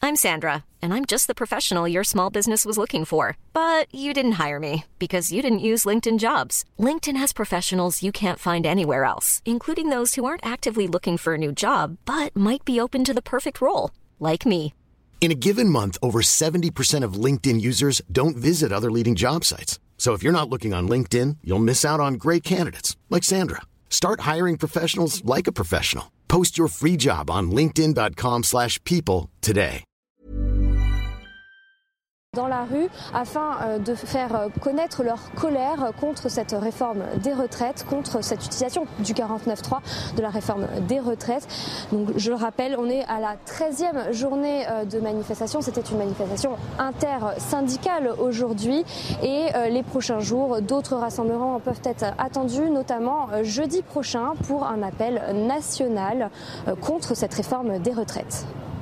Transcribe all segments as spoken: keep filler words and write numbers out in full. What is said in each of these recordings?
I'm Sandra, and I'm just the professional your small business was looking for. But you didn't hire me because you didn't use LinkedIn Jobs. LinkedIn has professionals you can't find anywhere else, including those who aren't actively looking for a new job, but might be open to the perfect role, like me. In a given month, over seventy percent of LinkedIn users don't visit other leading job sites. So if you're not looking on LinkedIn, you'll miss out on great candidates like Sandra. Start hiring professionals like a professional. Post your free job on linkedin.com slash people today. Dans la rue afin euh, de faire connaître leur colère contre cette réforme des retraites, contre cette utilisation du quarante-neuf trois de la réforme des retraites. Donc je le rappelle, on est à la treizième journée euh, de manifestation. C'était une manifestation intersyndicale aujourd'hui et euh, les prochains jours, d'autres rassemblements peuvent être attendus, notamment euh, jeudi prochain pour un appel national euh, contre cette réforme des retraites.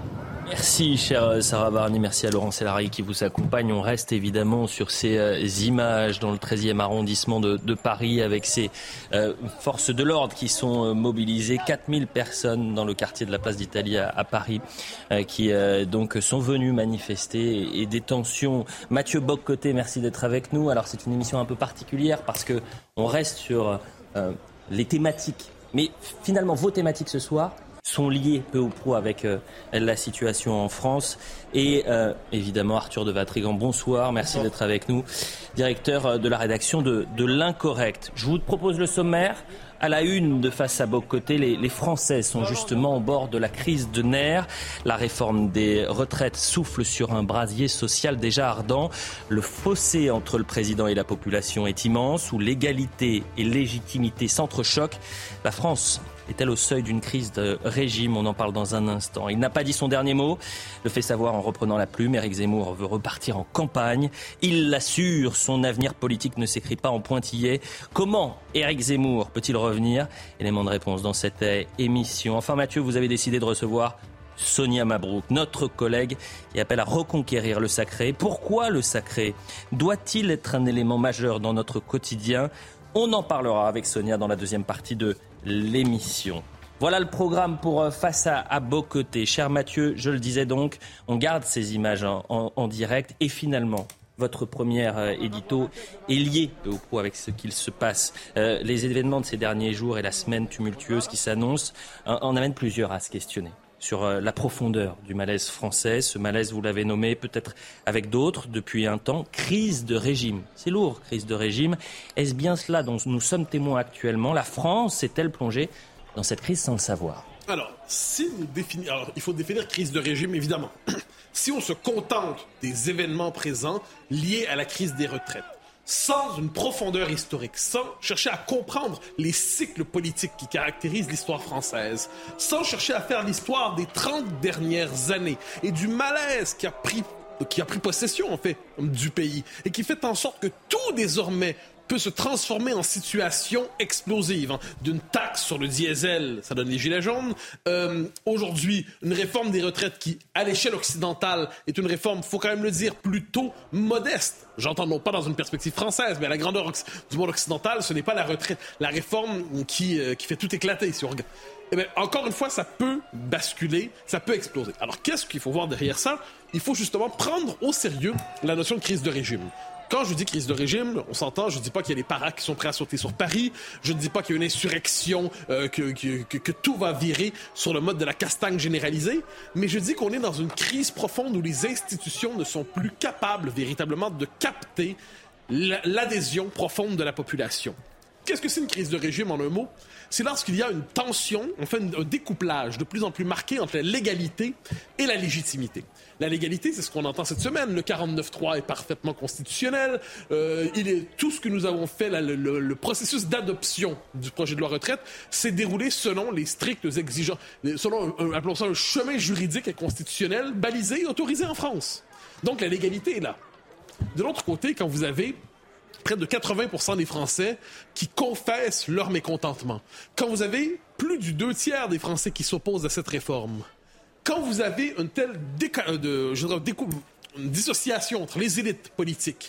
Merci chère Sarah Barney, merci à Laurent Sélarié qui vous accompagne. On reste évidemment sur ces euh, images dans le treizième arrondissement de, de Paris avec ces euh, forces de l'ordre qui sont euh, mobilisées. quatre mille personnes dans le quartier de la Place d'Italie à, à Paris euh, qui euh, donc sont venues manifester et, et des tensions. Mathieu Bock-Côté, merci d'être avec nous. Alors c'est une émission un peu particulière parce que on reste sur euh, les thématiques. Mais finalement vos thématiques ce soir sont liés peu ou prou avec euh, la situation en France. Et euh, évidemment, Arthur de Vatrigan, bonsoir, merci d'être avec nous, directeur de la rédaction de, de l'Incorrect. Je vous propose le sommaire. À la une de Face à Bock-Côté, les, les Français sont justement au bord de la crise de nerfs. La réforme des retraites souffle sur un brasier social déjà ardent. Le fossé entre le président et la population est immense, où l'égalité et légitimité s'entrechoquent. La France est-elle au seuil d'une crise de régime ? On en parle dans un instant. Il n'a pas dit son dernier mot, le fait savoir en reprenant la plume. Éric Zemmour veut repartir en campagne. Il l'assure, son avenir politique ne s'écrit pas en pointillés. Comment Éric Zemmour peut-il revenir ? Élément de réponse dans cette émission. Enfin Mathieu, vous avez décidé de recevoir Sonia Mabrouk, notre collègue qui appelle à reconquérir le sacré. Pourquoi le sacré ? Doit-il être un élément majeur dans notre quotidien ? On en parlera avec Sonia dans la deuxième partie de l'émission. Voilà le programme pour Face à, à Bock-Côté. Cher Mathieu, je le disais donc, on garde ces images en, en, en direct et finalement, votre première euh, édito est liée peu ou prou avec ce qu'il se passe. Euh, les événements de ces derniers jours et la semaine tumultueuse qui s'annonce en, en amènent plusieurs à se questionner sur euh, la profondeur du malaise français. Ce malaise, vous l'avez nommé, peut-être avec d'autres, depuis un temps, crise de régime. C'est lourd, crise de régime. Est-ce bien cela dont nous sommes témoins actuellement ? La France s'est-elle plongée dans cette crise sans le savoir ? Alors, si nous définissons... Alors, il faut définir crise de régime, évidemment. Si on se contente des événements présents liés à la crise des retraites, sans une profondeur historique, sans chercher à comprendre les cycles politiques qui caractérisent l'histoire française, sans chercher à faire l'histoire des trente dernières années et du malaise qui a pris, qui a pris possession, en fait, du pays et qui fait en sorte que tout, désormais, peut se transformer en situation explosive. Hein. D'une taxe sur le diesel, ça donne les gilets jaunes. Euh, aujourd'hui, une réforme des retraites qui, à l'échelle occidentale, est une réforme, faut quand même le dire, plutôt modeste. J'entends non pas dans une perspective française, mais à la grandeur du monde occidental, ce n'est pas la retraite, la réforme qui, euh, qui fait tout éclater. Si on regarde. Eh bien, encore une fois, ça peut basculer, ça peut exploser. Alors, qu'est-ce qu'il faut voir derrière ça ? Il faut justement prendre au sérieux la notion de crise de régime. Quand je dis crise de régime, on s'entend, je ne dis pas qu'il y a des paras qui sont prêts à sauter sur Paris, je ne dis pas qu'il y a une insurrection, euh, que, que, que, que tout va virer sur le mode de la castagne généralisée, mais je dis qu'on est dans une crise profonde où les institutions ne sont plus capables véritablement de capter l'adhésion profonde de la population. Qu'est-ce que c'est une crise de régime en un mot ? C'est lorsqu'il y a une tension, enfin un découplage de plus en plus marqué entre la légalité et la légitimité. La légalité, c'est ce qu'on entend cette semaine. Le quarante-neuf trois est parfaitement constitutionnel. Euh, il est, tout ce que nous avons fait, là, le, le, le processus d'adoption du projet de loi retraite s'est déroulé selon les strictes exigences, selon, un, appelons ça un chemin juridique et constitutionnel balisé et autorisé en France. Donc la légalité est là. De l'autre côté, quand vous avez près de quatre-vingts pour cent des Français qui confessent leur mécontentement, quand vous avez plus du deux tiers des Français qui s'opposent à cette réforme, quand vous avez une telle déca- de, je dirais, décou- une dissociation entre les élites politiques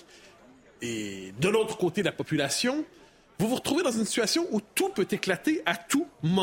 et de l'autre côté la population, vous vous retrouvez dans une situation où tout peut éclater à tout moment.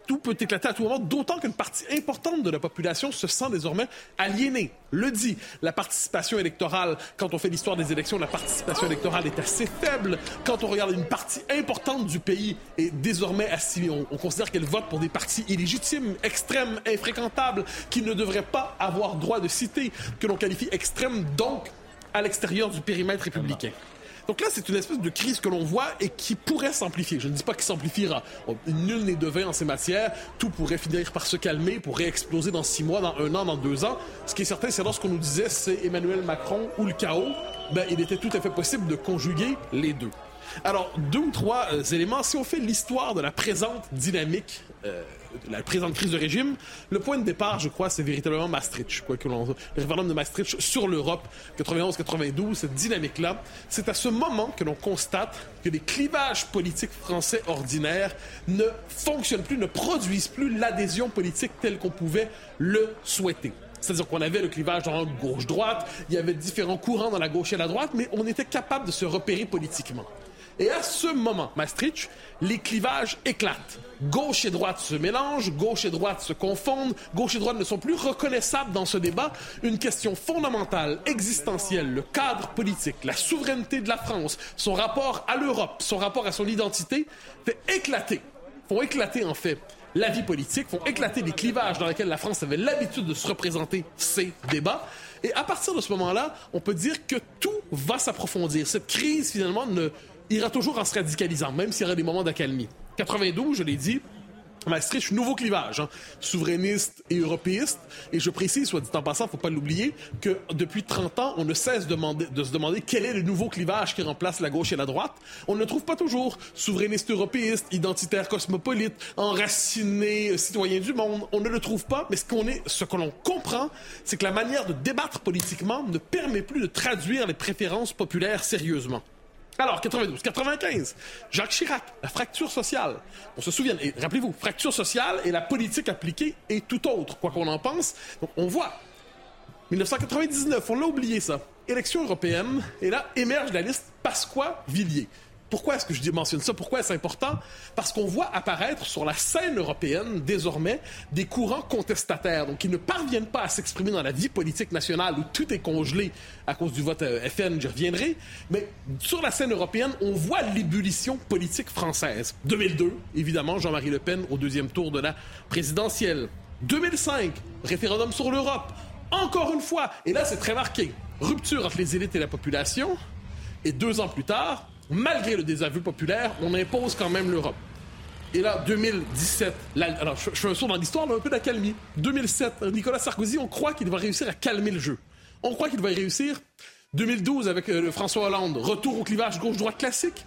tout peut éclater à tout moment, d'autant qu'une partie importante de la population se sent désormais aliénée. Le dit, la participation électorale, quand on fait l'histoire des élections, la participation électorale est assez faible. Quand on regarde une partie importante du pays est désormais assimilée, on, on considère qu'elle vote pour des partis illégitimes, extrêmes, infréquentables, qui ne devraient pas avoir droit de citer, que l'on qualifie extrêmes, donc à l'extérieur du périmètre républicain. Donc là, c'est une espèce de crise que l'on voit et qui pourrait s'amplifier. Je ne dis pas qu'il s'amplifiera. Nul n'est devin en ces matières. Tout pourrait finir par se calmer, pourrait exploser dans six mois, dans un an, dans deux ans. Ce qui est certain, c'est lorsqu'on nous disait c'est Emmanuel Macron ou le chaos, ben, il était tout à fait possible de conjuguer les deux. Alors, deux ou trois euh, éléments. Si on fait l'histoire de la présente dynamique, euh, de la présente crise de régime, le point de départ, je crois, c'est véritablement Maastricht. Quoi que l'on, le référendum de Maastricht sur l'Europe, quatre-vingt-onze quatre-vingt-douze, cette dynamique-là, c'est à ce moment que l'on constate que les clivages politiques français ordinaires ne fonctionnent plus, ne produisent plus l'adhésion politique telle qu'on pouvait le souhaiter. C'est-à-dire qu'on avait le clivage dans gauche-droite, il y avait différents courants dans la gauche et la droite, mais on était capable de se repérer politiquement. Et à ce moment, Maastricht, les clivages éclatent. Gauche et droite se mélangent, gauche et droite se confondent, gauche et droite ne sont plus reconnaissables dans ce débat. Une question fondamentale, existentielle, le cadre politique, la souveraineté de la France, son rapport à l'Europe, son rapport à son identité, fait éclater, font éclater en fait la vie politique, font éclater les clivages dans lesquels la France avait l'habitude de se représenter ces débats. Et à partir de ce moment-là, on peut dire que tout va s'approfondir. Cette crise, finalement, ne ira toujours en se radicalisant, même s'il y aura des moments d'accalmie. quatre-vingt-douze, je l'ai dit, Maastricht, nouveau clivage, hein, souverainiste et européiste. Et je précise, soit dit en passant, il ne faut pas l'oublier, que depuis trente ans, on ne cesse de, demander, de se demander quel est le nouveau clivage qui remplace la gauche et la droite. On ne le trouve pas toujours. Souverainiste européiste, identitaire cosmopolite, enraciné, citoyen du monde, on ne le trouve pas. Mais ce, qu'on est, ce que l'on comprend, c'est que la manière de débattre politiquement ne permet plus de traduire les préférences populaires sérieusement. Alors, quatre-vingt-douze, quatre-vingt-quinze, Jacques Chirac, la fracture sociale. On se souvient, et rappelez-vous, fracture sociale et la politique appliquée est tout autre, quoi qu'on en pense. Donc, on voit, dix-neuf cent quatre-vingt-dix-neuf, on l'a oublié ça, élection européenne, et là, émerge la liste Pasqua-Villiers. Pourquoi est-ce que je mentionne ça? Pourquoi est-ce important? Parce qu'on voit apparaître sur la scène européenne, désormais, des courants contestataires, donc qui ne parviennent pas à s'exprimer dans la vie politique nationale où tout est congelé à cause du vote F N, j'y reviendrai. Mais sur la scène européenne, on voit l'ébullition politique française. deux mille deux, évidemment, Jean-Marie Le Pen au deuxième tour de la présidentielle. deux mille cinq, référendum sur l'Europe. Encore une fois, et là c'est très marqué, rupture entre les élites et la population. Et deux ans plus tard, malgré le désaveu populaire, on impose quand même l'Europe. Et là, deux mille dix-sept, là, alors je, je fais un saut dans l'histoire, là, un peu d'accalmie. deux mille sept, Nicolas Sarkozy, on croit qu'il va réussir à calmer le jeu. On croit qu'il va y réussir. deux mille douze, avec euh, François Hollande, retour au clivage gauche-droite classique.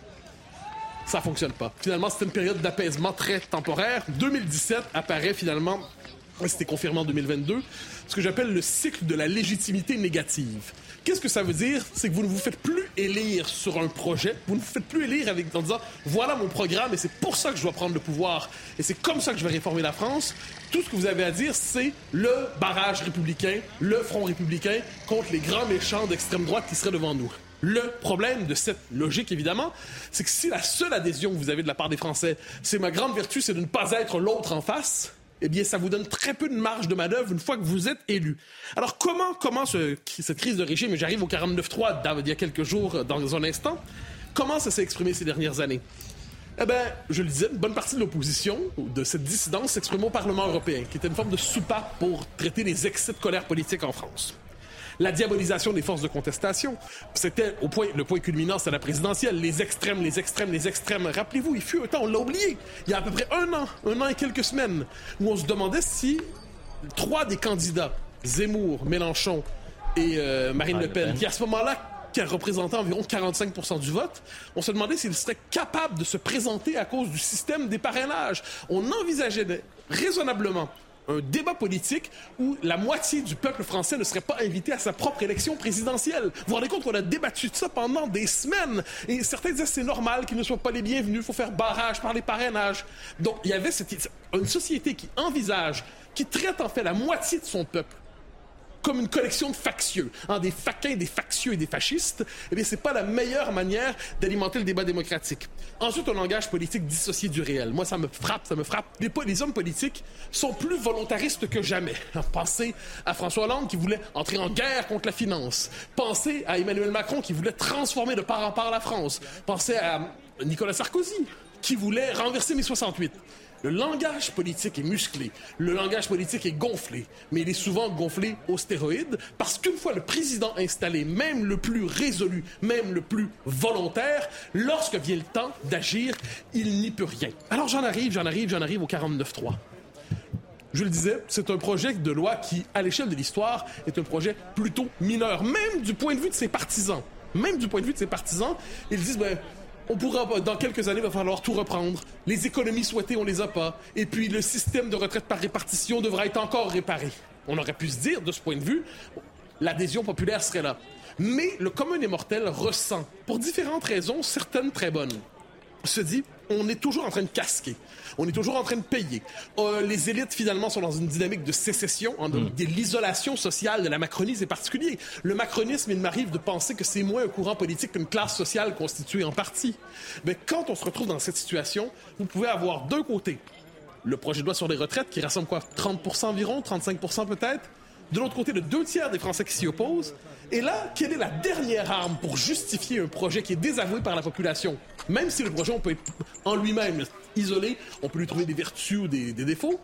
Ça fonctionne pas. Finalement, c'était une période d'apaisement très temporaire. deux mille dix-sept apparaît finalement, c'était confirmé en deux mille vingt-deux, ce que j'appelle le cycle de la légitimité négative. Qu'est-ce que ça veut dire? C'est que vous ne vous faites plus élire sur un projet, vous ne vous faites plus élire avec, en disant « voilà mon programme et c'est pour ça que je dois prendre le pouvoir et c'est comme ça que je vais réformer la France ». Tout ce que vous avez à dire, c'est le barrage républicain, le front républicain contre les grands méchants d'extrême droite qui seraient devant nous. Le problème de cette logique, évidemment, c'est que si la seule adhésion que vous avez de la part des Français, c'est ma grande vertu, c'est de ne pas être l'autre en face, eh bien, ça vous donne très peu de marge de manœuvre une fois que vous êtes élu. Alors, comment commence ce, cette crise de régime? Et j'arrive au quarante-neuf trois il y a quelques jours, dans un instant. Comment ça s'est exprimé ces dernières années? Eh bien, je le disais, une bonne partie de l'opposition, de cette dissidence, s'exprime au Parlement européen, qui était une forme de soupape pour traiter les excès de colère politique en France. La diabolisation des forces de contestation, c'était au point, le point culminant, c'est la présidentielle. Les extrêmes, les extrêmes, les extrêmes. Rappelez-vous, il fut un temps, on l'a oublié, il y a à peu près un an, un an et quelques semaines, où on se demandait si trois des candidats, Zemmour, Mélenchon et euh, Marine Le Pen, qui à ce moment-là, qui a représenté environ quarante-cinq pour cent du vote, on se demandait s'ils seraient capables de se présenter à cause du système des parrainages. On envisageait raisonnablement un débat politique où la moitié du peuple français ne serait pas invité à sa propre élection présidentielle. Vous vous rendez compte qu'on a débattu de ça pendant des semaines. Et certains disaient c'est normal qu'ils ne soient pas les bienvenus, il faut faire barrage par les parrainages. Donc il y avait cette, une société qui envisage, qui traite en fait la moitié de son peuple comme une collection de factieux, hein, des faquins, des factieux et des fascistes, eh bien, c'est pas la meilleure manière d'alimenter le débat démocratique. Ensuite, un langage politique dissocié du réel. Moi, ça me frappe, ça me frappe. Les, les hommes politiques sont plus volontaristes que jamais. Pensez à François Hollande qui voulait entrer en guerre contre la finance. Pensez à Emmanuel Macron qui voulait transformer de part en part la France. Pensez à Nicolas Sarkozy qui voulait renverser mai soixante-huit. Le langage politique est musclé, le langage politique est gonflé, mais il est souvent gonflé aux stéroïdes parce qu'une fois le président installé, même le plus résolu, même le plus volontaire, lorsque vient le temps d'agir, il n'y peut rien. Alors j'en arrive, j'en arrive, j'en arrive au quarante-neuf trois. Je le disais, c'est un projet de loi qui, à l'échelle de l'histoire, est un projet plutôt mineur, même du point de vue de ses partisans. Même du point de vue de ses partisans, ils disent, ben, on pourra, dans quelques années, il va falloir tout reprendre. Les économies souhaitées, on les a pas. Et puis, le système de retraite par répartition devra être encore réparé. On aurait pu se dire, de ce point de vue, l'adhésion populaire serait là. Mais le commun des mortels ressent, pour différentes raisons, certaines très bonnes, se dit, on est toujours en train de casquer. On est toujours en train de payer. Euh, les élites, finalement, sont dans une dynamique de sécession, en, mmh. de l'isolation sociale de la Macronie, c'est particulier. Le macronisme, il m'arrive de penser que c'est moins un courant politique qu'une classe sociale constituée en partie. Mais quand on se retrouve dans cette situation, vous pouvez avoir d'un côté le projet de loi sur les retraites qui rassemble quoi, trente pour cent environ, trente-cinq pour cent peut-être. De l'autre côté, le deux tiers des Français qui s'y opposent. Et là, quelle est la dernière arme pour justifier un projet qui est désavoué par la population? Même si le projet, on peut être en lui-même isolé, on peut lui trouver des vertus ou des, des défauts.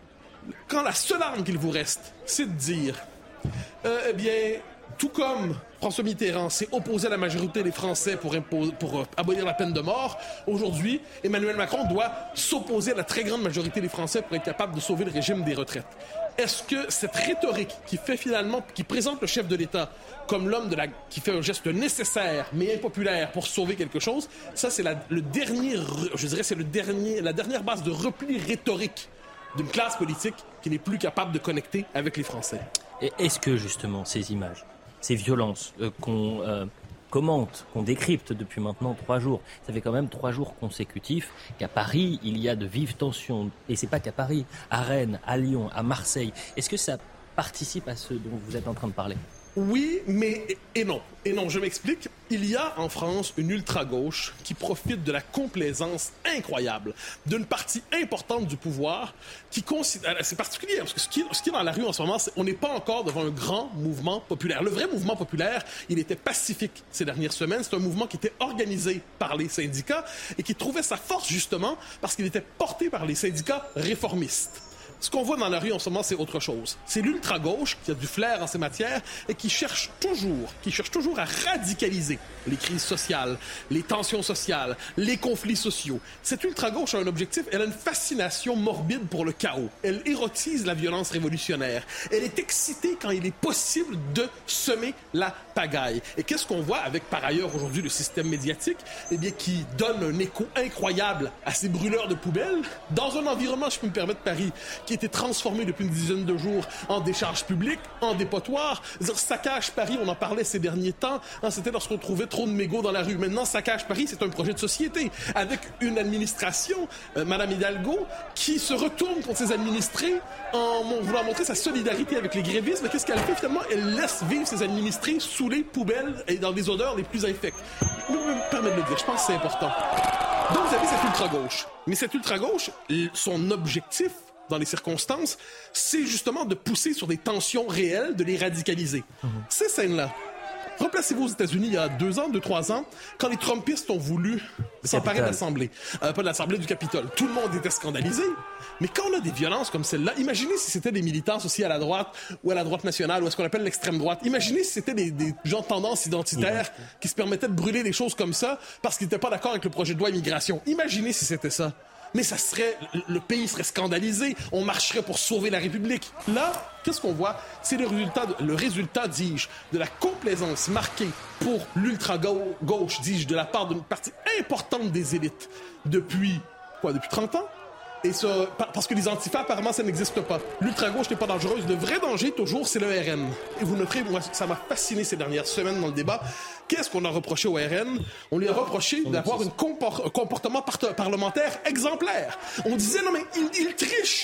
Quand la seule arme qu'il vous reste, c'est de dire, euh, eh bien, tout comme François Mitterrand s'est opposé à la majorité des Français pour, imposer, pour euh, abolir la peine de mort, aujourd'hui, Emmanuel Macron doit s'opposer à la très grande majorité des Français pour être capable de sauver le régime des retraites. Est-ce que cette rhétorique qui fait finalement, qui présente le chef de l'État comme l'homme de la, qui fait un geste nécessaire mais impopulaire pour sauver quelque chose, ça c'est la, le dernier, je dirais, c'est le dernier, la dernière base de repli rhétorique d'une classe politique qui n'est plus capable de connecter avec les Français. Et est-ce que justement ces images, ces violences euh, qu'on euh, commente, qu'on décrypte depuis maintenant trois jours, ça fait quand même trois jours consécutifs qu'à Paris, il y a de vives tensions. Et c'est pas qu'à Paris, à Rennes, à Lyon, à Marseille. Est-ce que ça participe à ce dont vous êtes en train de parler ? Oui, mais et non. Et non, je m'explique. Il y a en France une ultra-gauche qui profite de la complaisance incroyable d'une partie importante du pouvoir qui considère... C'est particulier, parce que ce qui, ce qui est dans la rue en ce moment, c'est on n'est pas encore devant un grand mouvement populaire. Le vrai mouvement populaire, il était pacifique ces dernières semaines. C'est un mouvement qui était organisé par les syndicats et qui trouvait sa force justement parce qu'il était porté par les syndicats réformistes. Ce qu'on voit dans la rue en ce moment, c'est autre chose. C'est l'ultra-gauche qui a du flair en ces matières et qui cherche toujours, qui cherche toujours à radicaliser les crises sociales, les tensions sociales, les conflits sociaux. Cette ultra-gauche a un objectif, elle a une fascination morbide pour le chaos. Elle érotise la violence révolutionnaire. Elle est excitée quand il est possible de semer la pagaille. Et qu'est-ce qu'on voit avec, par ailleurs, aujourd'hui, le système médiatique, eh bien, qui donne un écho incroyable à ces brûleurs de poubelles dans un environnement, je peux me permettre, Paris, qui a été transformé depuis une dizaine de jours en décharge publique, en dépotoir. Saccage Paris, on en parlait ces derniers temps. Hein, c'était lorsqu'on trouvait trop de mégots dans la rue. Maintenant, Saccage Paris, c'est un projet de société avec une administration, euh, Madame Hidalgo, qui se retourne contre ses administrés en voulant montrer sa solidarité avec les grévistes. Mais qu'est-ce qu'elle fait finalement? Elle laisse vivre ses administrés sous les poubelles et dans des odeurs les plus infectes. Je me permets de le dire, je pense que c'est important. Donc, vous avez cette ultra-gauche. Mais cette ultra-gauche, son objectif, dans les circonstances, c'est justement de pousser sur des tensions réelles, de les radicaliser. Mmh. Ces scènes-là, replacez-vous aux États-Unis il y a deux ans, deux, trois ans, quand les Trumpistes ont voulu s'emparer de l'Assemblée, euh, pas de l'Assemblée, du Capitole. Tout le monde était scandalisé. Mais quand on a des violences comme celle-là, imaginez si c'était des militants associés à la droite ou à la droite nationale ou à ce qu'on appelle l'extrême droite. Imaginez si c'était des, des gens de tendance identitaire mmh. qui se permettaient de brûler des choses comme ça parce qu'ils n'étaient pas d'accord avec le projet de loi immigration. Imaginez si c'était ça. Mais ça serait, le pays serait scandalisé, on marcherait pour sauver la République. Là, qu'est-ce qu'on voit? C'est le résultat, de, le résultat, dis-je, de la complaisance marquée pour l'ultra-gauche, dis-je, de la part d'une partie importante des élites depuis, quoi, depuis trente ans? Et ça, parce que les antifas, apparemment, ça n'existe pas. L'ultra-gauche n'est pas dangereuse. Le vrai danger, toujours, c'est le R N. Et vous noterez, moi, ça m'a fasciné ces dernières semaines dans le débat. Qu'est-ce qu'on a reproché au R N? On lui a reproché d'avoir un compor- comportement par- parlementaire exemplaire. On disait, non, mais il, il triche.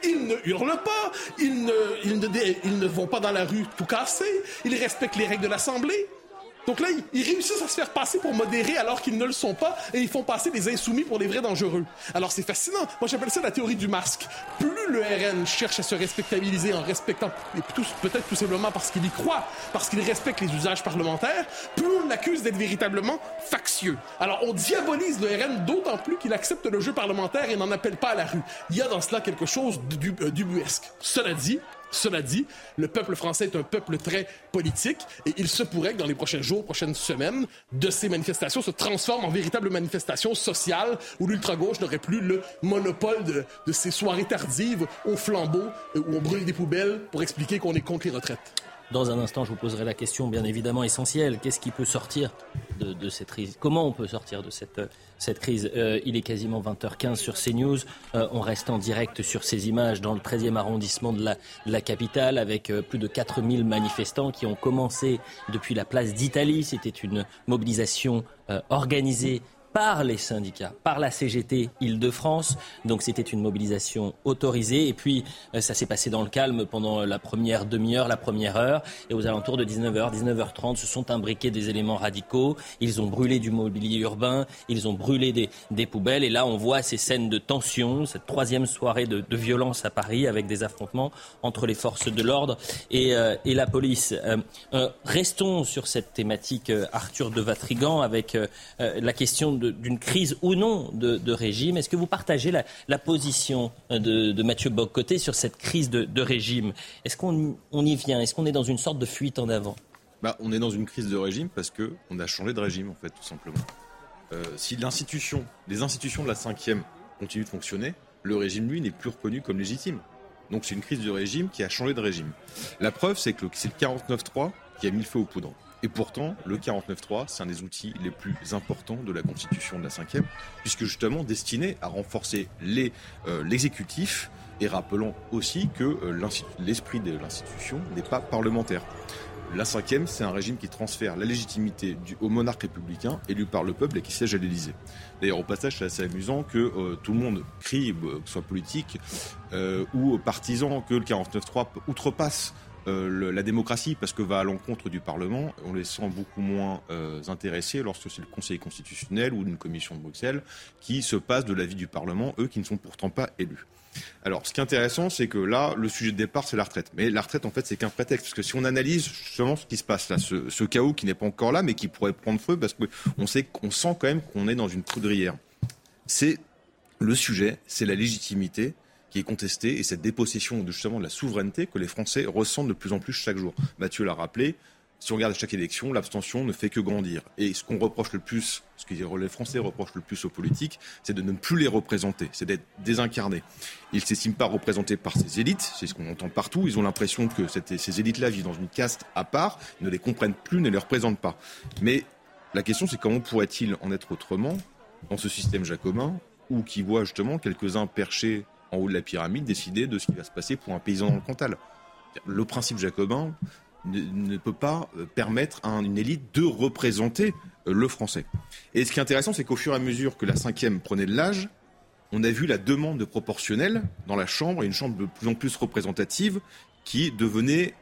Ils ne hurlent pas, ils ne, ils ne, ils ne vont pas dans la rue tout casser, ils respectent les règles de l'Assemblée. Donc là, ils réussissent à se faire passer pour modérés alors qu'ils ne le sont pas et ils font passer les insoumis pour les vrais dangereux. Alors c'est fascinant. Moi, j'appelle ça la théorie du masque. Plus le R N cherche à se respectabiliser en respectant, et tout, peut-être tout simplement parce qu'il y croit, parce qu'il respecte les usages parlementaires, plus on l'accuse d'être véritablement factieux. Alors on diabolise le R N d'autant plus qu'il accepte le jeu parlementaire et n'en appelle pas à la rue. Il y a dans cela quelque chose d'ubuesque. Cela dit, Cela dit, le peuple français est un peuple très politique et il se pourrait que dans les prochains jours, prochaines semaines, de ces manifestations se transforment en véritables manifestations sociales où l'ultra-gauche n'aurait plus le monopole de, de ces soirées tardives au flambeau où on brûle des poubelles pour expliquer qu'on est contre les retraites. Dans un instant, je vous poserai la question bien évidemment essentielle. Qu'est-ce qui peut sortir de, de cette crise ? Comment on peut sortir de cette, cette crise ? euh, Il est quasiment vingt heures quinze sur CNews. Euh, on reste en direct sur ces images dans le treizième arrondissement de la, de la capitale avec euh, plus de quatre mille manifestants qui ont commencé depuis la place d'Italie. C'était une mobilisation euh, organisée par les syndicats, par la C G T Île-de-France. Donc c'était une mobilisation autorisée. Et puis euh, ça s'est passé dans le calme pendant la première demi-heure, la première heure. Et aux alentours de dix-neuf heures, dix-neuf heures trente, se sont imbriqués des éléments radicaux. Ils ont brûlé du mobilier urbain, ils ont brûlé des, des poubelles. Et là on voit ces scènes de tension, cette troisième soirée de, de violence à Paris avec des affrontements entre les forces de l'ordre et, euh, et la police. Euh, euh, restons sur cette thématique, euh, Arthur de Vatrigan, avec euh, euh, la question de d'une crise ou non de, de régime. Est-ce que vous partagez la, la position de, de Mathieu Bock-Côté sur cette crise de, de régime ? Est-ce qu'on on y vient ? Est-ce qu'on est dans une sorte de fuite en avant ? Bah, on est dans une crise de régime parce qu'on a changé de régime, en fait, tout simplement. Euh, si l'institution, les institutions de la cinquième continuent de fonctionner, le régime, lui, n'est plus reconnu comme légitime. Donc c'est une crise de régime qui a changé de régime. La preuve, c'est que le, c'est le quarante-neuf trois qui a mis le feu aux poudres. Et pourtant, le quarante-neuf trois, c'est un des outils les plus importants de la Constitution de la cinquième, puisque justement destiné à renforcer les, euh, l'exécutif, et rappelant aussi que euh, l'esprit de l'institution n'est pas parlementaire. La cinquième, c'est un régime qui transfère la légitimité du, au monarque républicain élu par le peuple et qui siège à l'Élysée. D'ailleurs, au passage, c'est assez amusant que euh, tout le monde crie, euh, que ce soit politique euh, ou partisan, que le quarante-neuf trois outrepasse Euh, le, la démocratie, parce que va à l'encontre du Parlement. On les sent beaucoup moins euh, intéressés lorsque c'est le Conseil constitutionnel ou une commission de Bruxelles qui se passe de l'avis du Parlement, eux qui ne sont pourtant pas élus. Alors, ce qui est intéressant, c'est que là, le sujet de départ, c'est la retraite. Mais la retraite, en fait, c'est qu'un prétexte. Parce que si on analyse justement ce qui se passe là, ce, ce chaos qui n'est pas encore là, mais qui pourrait prendre feu, parce qu'on sait, qu'on sent quand même qu'on est dans une poudrière. C'est le sujet, c'est la légitimité qui est contestée et cette dépossession de, justement de la souveraineté que les Français ressentent de plus en plus chaque jour. Mathieu l'a rappelé, si on regarde à chaque élection, l'abstention ne fait que grandir. Et ce qu'on reproche le plus, ce que les Français reprochent le plus aux politiques, c'est de ne plus les représenter, c'est d'être désincarnés. Ils ne s'estiment pas représentés par ces élites, c'est ce qu'on entend partout. Ils ont l'impression que cette, ces élites-là vivent dans une caste à part, ne les comprennent plus, ne les représentent pas. Mais la question, c'est comment pourrait-il en être autrement dans ce système jacobin, où qui voit justement quelques-uns perchés en haut de la pyramide, décider de ce qui va se passer pour un paysan dans le Cantal. Le principe jacobin ne, ne peut pas permettre à une élite de représenter le français. Et ce qui est intéressant, c'est qu'au fur et à mesure que la cinquième prenait de l'âge, on a vu la demande de proportionnelle dans la Chambre, et une Chambre de plus en plus représentative, qui devenait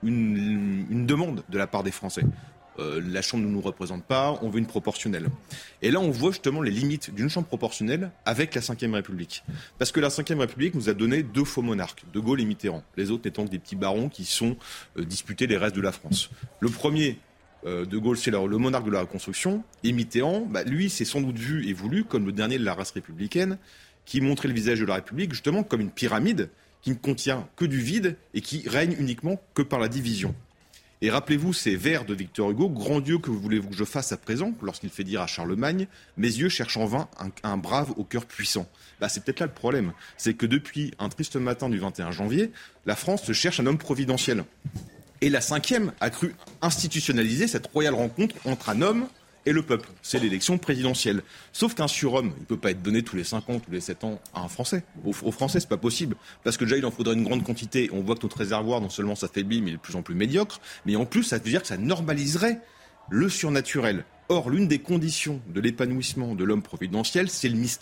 une, une demande de la part des Français. Euh, la Chambre ne nous représente pas, on veut une proportionnelle. Et là, on voit justement les limites d'une Chambre proportionnelle avec la cinquième République. Parce que la cinquième République nous a donné deux faux monarques, De Gaulle et Mitterrand. Les autres n'étant que des petits barons qui sont euh, disputés les restes de la France. Le premier, euh, De Gaulle, c'est le, le monarque de la Reconstruction. Et Mitterrand, bah, lui, c'est sans doute vu et voulu comme le dernier de la race républicaine, qui montrait le visage de la République justement comme une pyramide qui ne contient que du vide et qui règne uniquement que par la division. Et rappelez-vous ces vers de Victor Hugo, « Grand Dieu, que voulez-vous que je fasse à présent ?» lorsqu'il fait dire à Charlemagne, « Mes yeux cherchent en vain un, un brave au cœur puissant. » Bah, c'est peut-être là le problème. C'est que depuis un triste matin du vingt et un janvier, la France se cherche un homme providentiel. Et la cinquième a cru institutionnaliser cette royale rencontre entre un homme et le peuple. C'est l'élection présidentielle. Sauf qu'un surhomme, il ne peut pas être donné tous les cinq ans, tous les sept ans à un Français. Aux, aux Français, c'est pas possible. Parce que déjà, il en faudrait une grande quantité. On voit que notre réservoir, non seulement s'affaiblit, mais il est de plus en plus médiocre. Mais en plus, ça veut dire que ça normaliserait le surnaturel. Or, l'une des conditions de l'épanouissement de l'homme providentiel, c'est le mystère.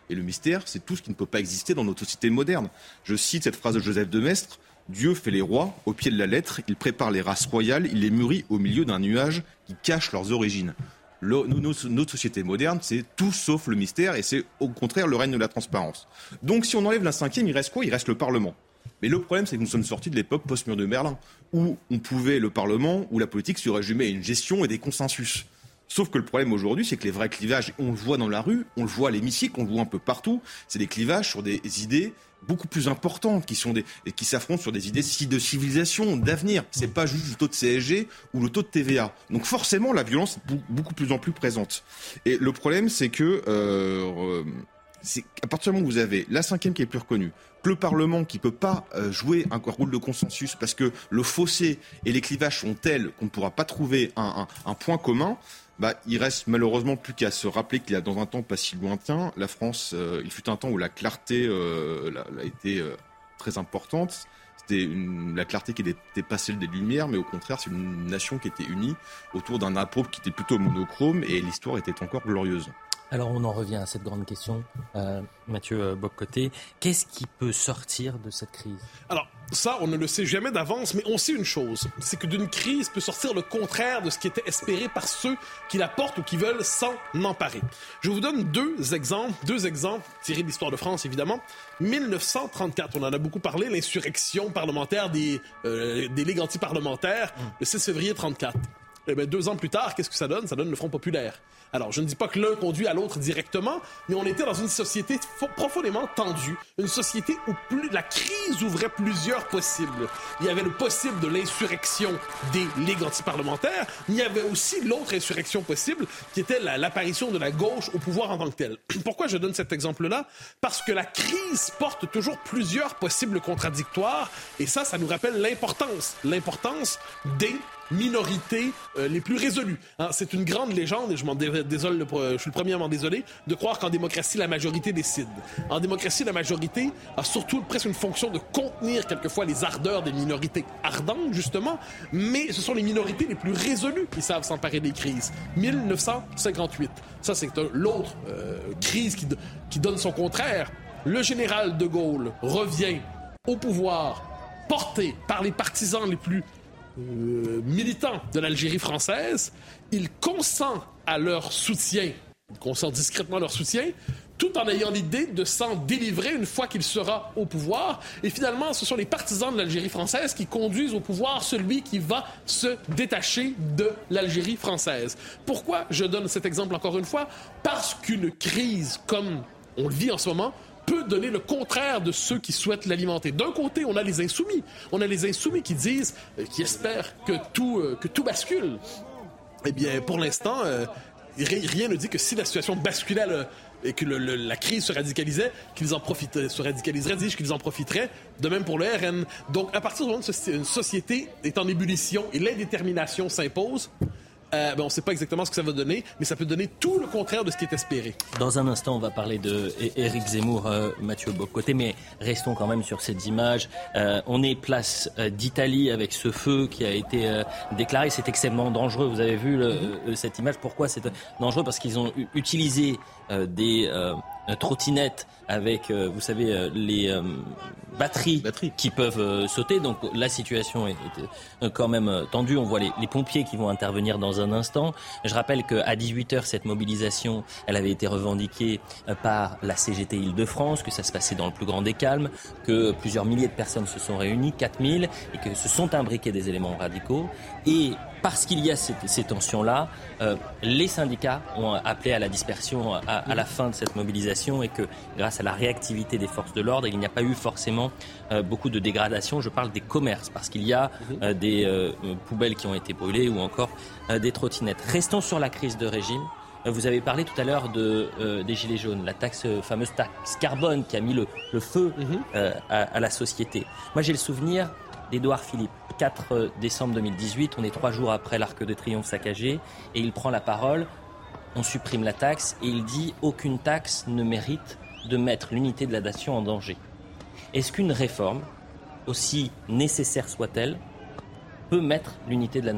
Et le mystère, c'est tout ce qui ne peut pas exister dans notre société moderne. Je cite cette phrase de Joseph de Maistre, « Dieu fait les rois au pied de la lettre, il prépare les races royales, il les mûrit au milieu d'un nuage qui cache leurs origines. » Le, notre, notre société moderne, c'est tout sauf le mystère et c'est au contraire le règne de la transparence. Donc si on enlève la cinquième, il reste quoi ? Il reste le Parlement. Mais le problème, c'est que nous sommes sortis de l'époque post-mur de Berlin, où on pouvait, le Parlement, où la politique se résumait à une gestion et des consensus. Sauf que le problème aujourd'hui, c'est que les vrais clivages, on le voit dans la rue, on le voit à l'hémicycle, on le voit un peu partout, c'est des clivages sur des idées beaucoup plus importantes, qui sont des, qui s'affrontent sur des idées de civilisation, d'avenir. C'est pas juste le taux de C S G ou le taux de T V A. Donc forcément, la violence est beaucoup plus en plus présente. Et le problème, c'est que euh, c'est à partir du moment où vous avez la cinquième qui est plus reconnue, que le Parlement qui peut pas euh, jouer un rôle de consensus parce que le fossé et les clivages sont tels qu'on ne pourra pas trouver un, un, un point commun. Bah, il reste malheureusement plus qu'à se rappeler qu'il y a dans un temps pas si lointain, la France, euh, il fut un temps où la clarté euh, la, la été euh, très importante. C'était une, la clarté qui était pas celle des Lumières, mais au contraire, c'est une nation qui était unie autour d'un apôtre qui était plutôt monochrome et l'histoire était encore glorieuse. Alors on en revient à cette grande question, euh, Mathieu Bock-Côté. Qu'est-ce qui peut sortir de cette crise ? Alors ça, on ne le sait jamais d'avance, mais on sait une chose, c'est que d'une crise peut sortir le contraire de ce qui était espéré par ceux qui la portent ou qui veulent s'en emparer. Je vous donne deux exemples, deux exemples tirés de l'histoire de France évidemment. dix-neuf cent trente-quatre, on en a beaucoup parlé, l'insurrection parlementaire des, euh, des ligues anti-parlementaires, le six février trente-quatre. Eh bien, deux ans plus tard, qu'est-ce que ça donne? Ça donne le Front populaire. Alors, je ne dis pas que l'un conduit à l'autre directement, mais on était dans une société profondément tendue, une société où plus, la crise ouvrait plusieurs possibles. Il y avait le possible de l'insurrection des ligues antiparlementaires, mais il y avait aussi l'autre insurrection possible, qui était la, l'apparition de la gauche au pouvoir en tant que telle. Pourquoi je donne cet exemple-là? Parce que la crise porte toujours plusieurs possibles contradictoires, et ça, ça nous rappelle l'importance, l'importance des minorités euh, les plus résolues. Hein, c'est une grande légende, et je m'en dé- désole, le, je suis le premier à m'en désoler, de croire qu'en démocratie, la majorité décide. En démocratie, la majorité a surtout presque une fonction de contenir quelquefois les ardeurs des minorités ardentes, justement, mais ce sont les minorités les plus résolues qui savent s'emparer des crises. dix-neuf cent cinquante-huit, ça c'est un, l'autre euh, crise qui, qui donne son contraire. Le général de Gaulle revient au pouvoir porté par les partisans les plus Euh, militants de l'Algérie française, il consent à leur soutien, il consent discrètement à leur soutien, tout en ayant l'idée de s'en délivrer une fois qu'il sera au pouvoir. Et finalement, ce sont les partisans de l'Algérie française qui conduisent au pouvoir celui qui va se détacher de l'Algérie française. Pourquoi je donne cet exemple encore une fois? Parce qu'une crise comme on le vit en ce moment peut donner le contraire de ceux qui souhaitent l'alimenter. D'un côté, on a les insoumis. On a les insoumis qui disent, euh, qui espèrent que tout, euh, que tout bascule. Eh bien, pour l'instant, euh, rien ne dit que si la situation basculait euh, et que le, le, la crise se radicalisait, qu'ils en profiteraient, se radicaliserait, dis-je, qu'ils en profiteraient. De même pour le R N. Donc, à partir du moment où une société est en ébullition et l'indétermination s'impose, Euh, ben on ne sait pas exactement ce que ça va donner, mais ça peut donner tout le contraire de ce qui est espéré. Dans un instant, on va parler de Éric Zemmour, euh, Mathieu Bock-Côté, mais restons quand même sur ces images. Euh, on est place euh, d'Italie avec ce feu qui a été euh, déclaré. C'est extrêmement dangereux. Vous avez vu le, mm-hmm. euh, cette image. Pourquoi c'est dangereux? Parce qu'ils ont u- utilisé euh, des euh, trottinettes avec, euh, vous savez, euh, les euh, batteries, batteries qui peuvent euh, sauter. Donc la situation est, est euh, quand même euh, tendue. On voit les, les pompiers qui vont intervenir dans un instant. Je rappelle qu'à dix-huit heures, cette mobilisation, elle avait été revendiquée euh, par la C G T Île-de-France, que ça se passait dans le plus grand des calmes, que plusieurs milliers de personnes se sont réunies, quatre mille, et que se sont imbriqués des éléments radicaux. Et parce qu'il y a ces, ces tensions-là, euh, les syndicats ont appelé à la dispersion à, à la fin de cette mobilisation et que grâce à la réactivité des forces de l'ordre, il n'y a pas eu forcément euh, beaucoup de dégradation. Je parle des commerces parce qu'il y a euh, des euh, poubelles qui ont été brûlées ou encore euh, des trottinettes. Restons sur la crise de régime. Vous avez parlé tout à l'heure de, euh, des Gilets jaunes, la taxe, euh, fameuse taxe carbone qui a mis le, le feu euh, à, à la société. Moi, j'ai le souvenir d'Édouard Philippe. quatre décembre deux mille dix-huit, on est trois jours après l'Arc de Triomphe saccagé, et il prend la parole, on supprime la taxe, et il dit « Aucune taxe ne mérite de mettre l'unité de la nation en danger ». Est-ce qu'une réforme, aussi nécessaire soit-elle, peut mettre l'unité de la nation en danger ?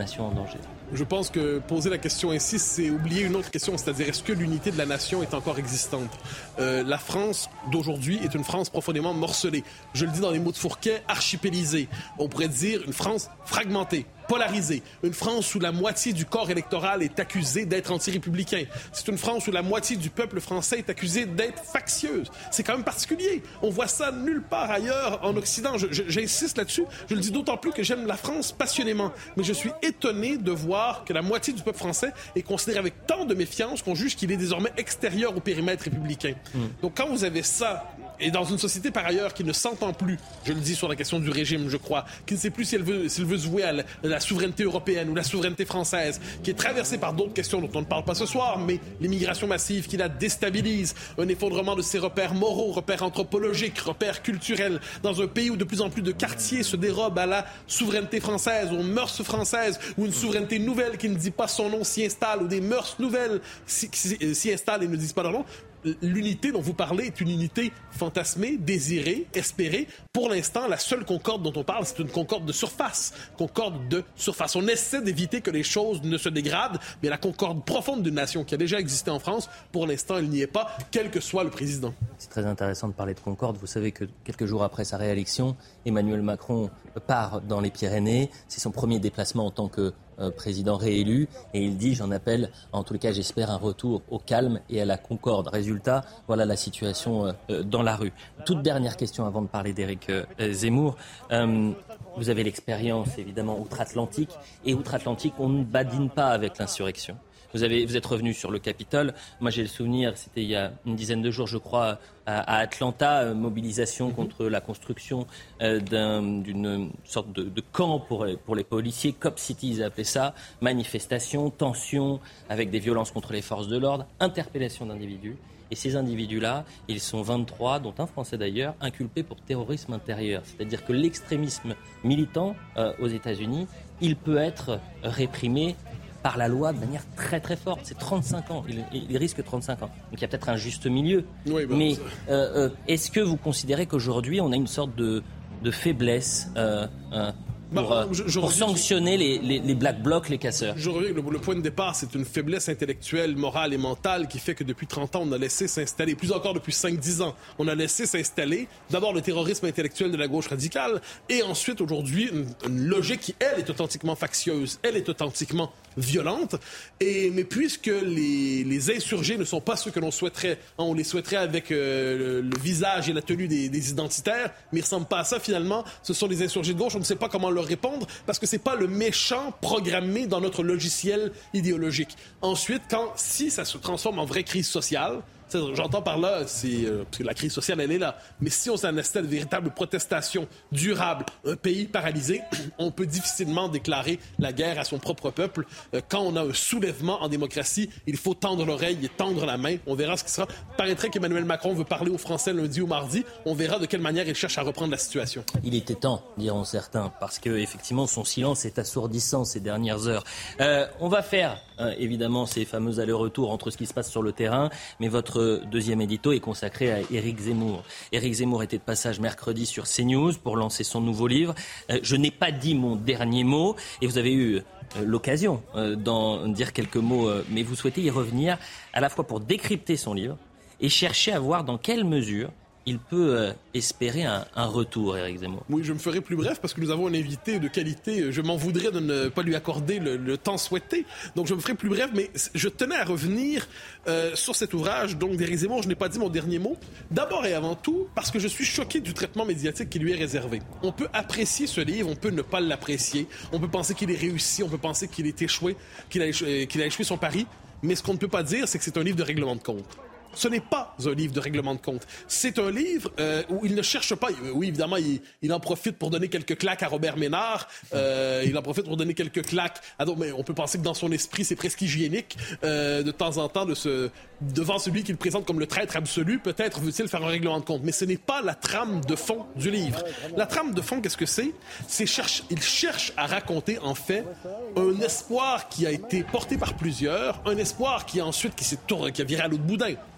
Je pense que poser la question ainsi, c'est oublier une autre question, c'est-à-dire est-ce que l'unité de la nation est encore existante? Euh, la France d'aujourd'hui est une France profondément morcelée. Je le dis dans les mots de Fourquet, archipélisée. On pourrait dire une France fragmentée, polarisée. Une France où la moitié du corps électoral est accusée d'être anti-républicain. C'est une France où la moitié du peuple français est accusée d'être factieuse. C'est quand même particulier. On voit ça nulle part ailleurs en Occident. Je, je, j'insiste là-dessus. Je le dis d'autant plus que j'aime la France passionnément. Mais je suis étonné de voir que la moitié du peuple français est considéré avec tant de méfiance qu'on juge qu'il est désormais extérieur au périmètre républicain. Mmh. Donc quand vous avez ça, et dans une société par ailleurs qui ne s'entend plus, je le dis sur la question du régime, je crois, qui ne sait plus si elle veut, s'il veut se vouer à la, à la souveraineté européenne ou la souveraineté française, qui est traversée par d'autres questions dont on ne parle pas ce soir, mais l'immigration massive qui la déstabilise, un effondrement de ses repères moraux, repères anthropologiques, repères culturels, dans un pays où de plus en plus de quartiers se dérobent à la souveraineté française, aux mœurs françaises, où une souveraineté nouvelle qui ne dit pas son nom s'y installe, ou des mœurs nouvelles s'y, s'y, s'y installent et ne disent pas leur nom. L'unité dont vous parlez est une unité fantasmée, désirée, espérée. Pour l'instant, la seule concorde dont on parle, c'est une concorde de surface. Concorde de surface. On essaie d'éviter que les choses ne se dégradent, mais la concorde profonde d'une nation qui a déjà existé en France, pour l'instant, elle n'y est pas, quel que soit le président. C'est très intéressant de parler de concorde. Vous savez que quelques jours après sa réélection, Emmanuel Macron part dans les Pyrénées. C'est son premier déplacement en tant que Euh, président réélu, et il dit, j'en appelle, en tout cas j'espère, un retour au calme et à la concorde. Résultat, voilà la situation euh, dans la rue. Toute dernière question avant de parler d'Éric euh, Zemmour. Euh, vous avez l'expérience évidemment outre-Atlantique, et outre-Atlantique on ne badine pas avec l'insurrection. Vous, avez, vous êtes revenu sur le Capitole. Moi, j'ai le souvenir, c'était il y a une dizaine de jours, je crois, à, à Atlanta, euh, mobilisation contre la construction euh, d'un, d'une sorte de, de camp pour, pour les policiers. Cop City, ils appelaient ça. Manifestation, tension, avec des violences contre les forces de l'ordre, interpellation d'individus. Et ces individus-là, ils sont vingt-trois, dont un Français d'ailleurs, inculpés pour terrorisme intérieur. C'est-à-dire que l'extrémisme militant euh, aux États-Unis, il peut être réprimé par la loi de manière très très forte. C'est trente-cinq ans. Il, il risque trente-cinq ans. Donc il y a peut-être un juste milieu. Oui, bah, mais euh, euh, est-ce que vous considérez qu'aujourd'hui on a une sorte de, de faiblesse euh, euh, pour, bah, je, je pour sanctionner les, les, les black blocs, les casseurs? Je reviens, le, le point de départ, c'est une faiblesse intellectuelle, morale et mentale qui fait que depuis trente ans, on a laissé s'installer, plus encore depuis cinq dix ans, on a laissé s'installer d'abord le terrorisme intellectuel de la gauche radicale et ensuite aujourd'hui une, une logique qui, elle, est authentiquement factieuse, elle est authentiquement violente. Et, mais puisque les, les insurgés ne sont pas ceux que l'on souhaiterait, hein, on les souhaiterait avec euh, le, le visage et la tenue des, des identitaires, mais ils ne ressemblent pas à ça finalement. Ce sont des insurgés de gauche, on ne sait pas comment leur répondre parce que c'est pas le méchant programmé dans notre logiciel idéologique. Ensuite, quand si ça se transforme en vraie crise sociale, j'entends par là, c'est, euh, parce que la crise sociale, elle est là. Mais si on s'en installe de véritables protestations durables, un pays paralysé, on peut difficilement déclarer la guerre à son propre peuple. Euh, quand on a un soulèvement en démocratie, il faut tendre l'oreille et tendre la main. On verra ce qui sera. Il paraîtrait qu'Emmanuel Macron veut parler aux Français lundi ou mardi. On verra de quelle manière il cherche à reprendre la situation. Il était temps, diront certains, parce que effectivement son silence est assourdissant ces dernières heures. Euh, on va faire euh, évidemment ces fameux allers-retours entre ce qui se passe sur le terrain, mais votre deuxième édito est consacré à Éric Zemmour. Éric Zemmour était de passage mercredi sur CNews pour lancer son nouveau livre. Euh, je n'ai pas dit mon dernier mot et vous avez eu euh, l'occasion euh, d'en dire quelques mots, euh, mais vous souhaitez y revenir à la fois pour décrypter son livre et chercher à voir dans quelle mesure il peut euh, espérer un, un retour, Éric Zemmour. Oui, je me ferai plus bref parce que nous avons un invité de qualité. Je m'en voudrais de ne pas lui accorder le, le temps souhaité. Donc, je me ferai plus bref, mais je tenais à revenir euh, sur cet ouvrage donc d'Éric Zemmour. Je n'ai pas dit mon dernier mot. D'abord et avant tout, parce que je suis choqué du traitement médiatique qui lui est réservé. On peut apprécier ce livre, on peut ne pas l'apprécier. On peut penser qu'il est réussi, on peut penser qu'il est échoué, qu'il a échoué, qu'il a échoué son pari. Mais ce qu'on ne peut pas dire, c'est que c'est un livre de règlement de compte. Ce n'est pas un livre de règlement de compte. C'est un livre euh, où il ne cherche pas... Oui, évidemment, il, il en profite pour donner quelques claques à Robert Ménard. Euh, il en profite pour donner quelques claques à d'autres. Mais on peut penser que dans son esprit, c'est presque hygiénique euh, de temps en temps de se... devant celui qu'il présente comme le traître absolu. Peut-être veut-il faire un règlement de compte. Mais ce n'est pas la trame de fond du livre. La trame de fond, qu'est-ce que c'est? C'est cherche... Il cherche à raconter, en fait, un espoir qui a été porté par plusieurs, un espoir qui a ensuite qui s'est tourné, qui a viré à l'autre boudin.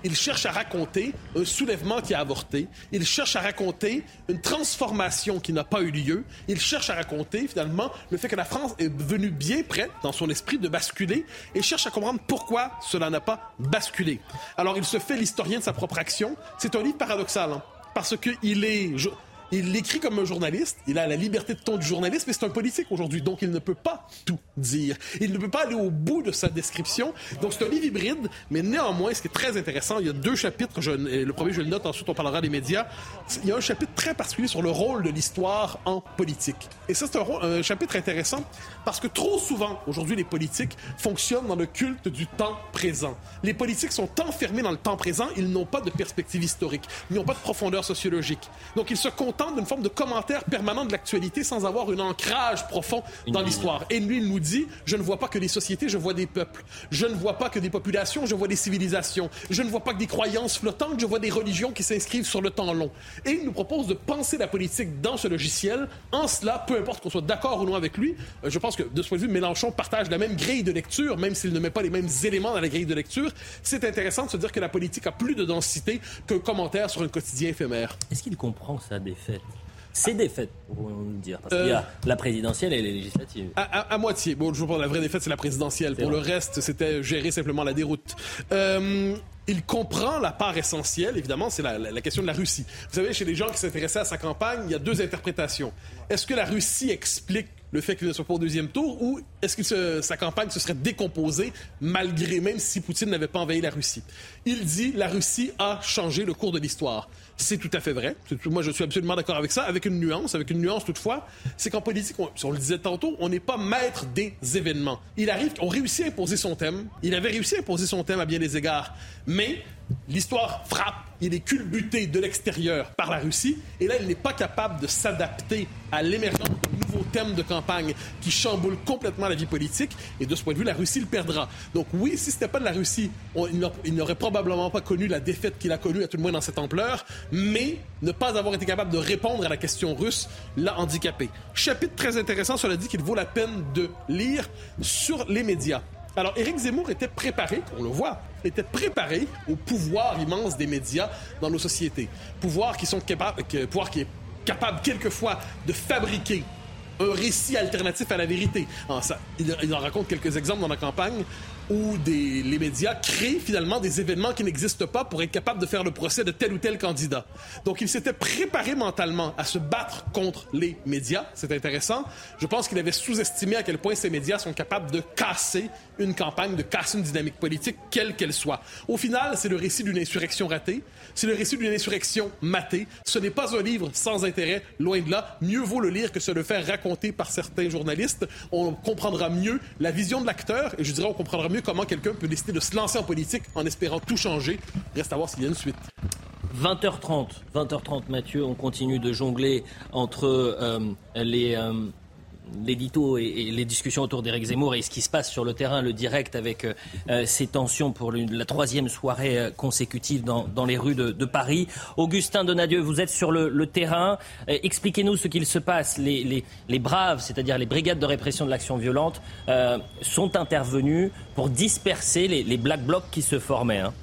Il cherche à raconter un soulèvement qui a avorté. Il cherche à raconter une transformation qui n'a pas eu lieu. Il cherche à raconter, finalement, le fait que la France est venue bien près, dans son esprit, de basculer et cherche à comprendre pourquoi cela n'a pas basculé. Alors, il se fait l'historien de sa propre action. C'est un livre paradoxal, hein, parce qu'il est... Il écrit comme un journaliste, il a la liberté de ton du journaliste, mais c'est un politique aujourd'hui, donc il ne peut pas tout dire. Il ne peut pas aller au bout de sa description. Donc c'est un livre hybride, mais néanmoins, ce qui est très intéressant, il y a deux chapitres, je, le premier je le note, ensuite on parlera des médias. Il y a un chapitre très particulier sur le rôle de l'histoire en politique. Et ça, c'est un, rôle, un chapitre intéressant parce que trop souvent, aujourd'hui, les politiques fonctionnent dans le culte du temps présent. Les politiques sont enfermés dans le temps présent, ils n'ont pas de perspective historique, ils n'ont pas de profondeur sociologique. Donc ils se contentent d'une forme de commentaire permanent de l'actualité sans avoir un ancrage profond dans l'histoire. Et lui, il nous dit, je ne vois pas que des sociétés, je vois des peuples. Je ne vois pas que des populations, je vois des civilisations. Je ne vois pas que des croyances flottantes, je vois des religions qui s'inscrivent sur le temps long. Et il nous propose de penser la politique dans ce logiciel. En cela, peu importe qu'on soit d'accord ou non avec lui, je pense que de ce point de vue, Mélenchon partage la même grille de lecture, même s'il ne met pas les mêmes éléments dans la grille de lecture. C'est intéressant de se dire que la politique a plus de densité qu'un commentaire sur un quotidien éphémère. Est-ce qu'il comprend ça des faits? C'est des faits, pourrions-nous le dire, parce euh, qu'il y a la présidentielle et les législatives. À, à, à moitié. Bon, je veux pas, la vraie défaite, c'est la présidentielle. C'est Pour vrai. Le reste, c'était gérer simplement la déroute. Euh, il comprend la part essentielle, évidemment, c'est la, la, la question de la Russie. Vous savez, chez les gens qui s'intéressaient à sa campagne, il y a deux interprétations. Est-ce que la Russie explique le fait qu'il ne soit pas au deuxième tour, ou est-ce que se, sa campagne se serait décomposée malgré, même si Poutine n'avait pas envahi la Russie? Il dit la Russie a changé le cours de l'histoire. C'est tout à fait vrai. Moi, je suis absolument d'accord avec ça, avec une nuance, avec une nuance toutefois, c'est qu'en politique, on, on le disait tantôt, on n'est pas maître des événements. Il arrive qu'on réussit à imposer son thème. Il avait réussi à imposer son thème à bien des égards, mais l'histoire frappe. Il est culbuté de l'extérieur par la Russie, et là, il n'est pas capable de s'adapter à l'émergence de nouveaux thèmes de campagne qui chamboulent complètement la vie politique, et de ce point de vue, la Russie le perdra. Donc oui, si ce n'était pas de la Russie, on, il n'aurait probablement pas connu la défaite qu'il a connue, à tout le moins dans cette ampleur, mais ne pas avoir été capable de répondre à la question russe l'a handicapé. Chapitre très intéressant, cela dit qu'il vaut la peine de lire sur les médias. Alors, Éric Zemmour était préparé, on le voit, était préparé au pouvoir immense des médias dans nos sociétés. Pouvoir qui sont capables, pouvoir qui est capable quelquefois de fabriquer un récit alternatif à la vérité. Alors, ça, il, il en raconte quelques exemples dans la campagne où des, les médias créent finalement des événements qui n'existent pas pour être capables de faire le procès de tel ou tel candidat. Donc, il s'était préparé mentalement à se battre contre les médias. C'est intéressant. Je pense qu'il avait sous-estimé à quel point ces médias sont capables de casser une campagne, de casser une dynamique politique, quelle qu'elle soit. Au final, c'est le récit d'une insurrection ratée. C'est le récit d'une insurrection matée. Ce n'est pas un livre sans intérêt, loin de là. Mieux vaut le lire que se le faire raconter par certains journalistes. On comprendra mieux la vision de l'acteur et je dirais on comprendra mieux comment quelqu'un peut décider de se lancer en politique en espérant tout changer. Reste à voir s'il y a une suite. vingt heures trente, vingt heures trente Mathieu, on continue de jongler entre euh, les... Euh l'édito et, et les discussions autour d'Éric Zemmour et ce qui se passe sur le terrain, le direct avec euh, ces tensions pour le, la troisième soirée euh, consécutive dans, dans les rues de, de Paris. Augustin Donadieu, vous êtes sur le, le terrain. Euh, expliquez-nous ce qu'il se passe. Les, les, les braves, c'est-à-dire les brigades de répression de l'action violente, euh, sont intervenus pour disperser les, les Black Blocs qui se formaient. Hein.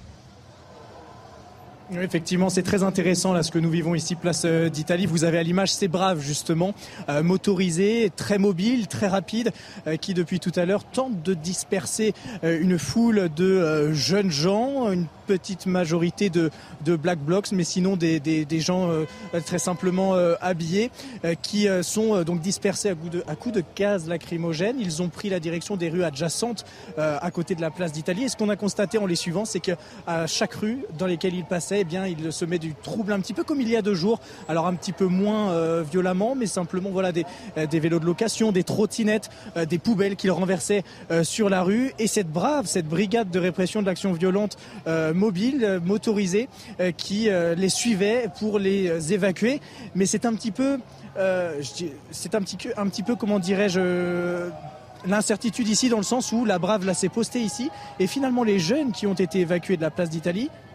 Effectivement, c'est très intéressant là ce que nous vivons ici, place d'Italie. Vous avez à l'image ces braves justement, euh, motorisés, très mobiles, très rapides, euh, qui depuis tout à l'heure tentent de disperser euh, une foule de euh, jeunes gens, une petite majorité de, de Black Blocs, mais sinon des, des, des gens euh, très simplement euh, habillés, euh, qui euh, sont euh, donc dispersés à coups de, à coups de gaz lacrymogène. Ils ont pris la direction des rues adjacentes euh, à côté de la place d'Italie. Et ce qu'on a constaté en les suivant, c'est qu'à chaque rue dans lesquelles ils passaient, eh bien, il se met du trouble un petit peu comme il y a deux jours. Alors un petit peu moins euh, violemment, mais simplement voilà des, euh, des vélos de location, des trottinettes, euh, des poubelles qu'ils renversaient euh, sur la rue. Et cette brave, cette brigade de répression de l'action violente euh, mobile, euh, motorisée, euh, qui euh, les suivait pour les euh, évacuer. Mais c'est un petit peu, euh, je, c'est un petit, un petit peu, comment dirais-je, euh, l'incertitude ici dans le sens où la brave là s'est postée ici et finalement les jeunes qui ont été évacués de la place d'Italie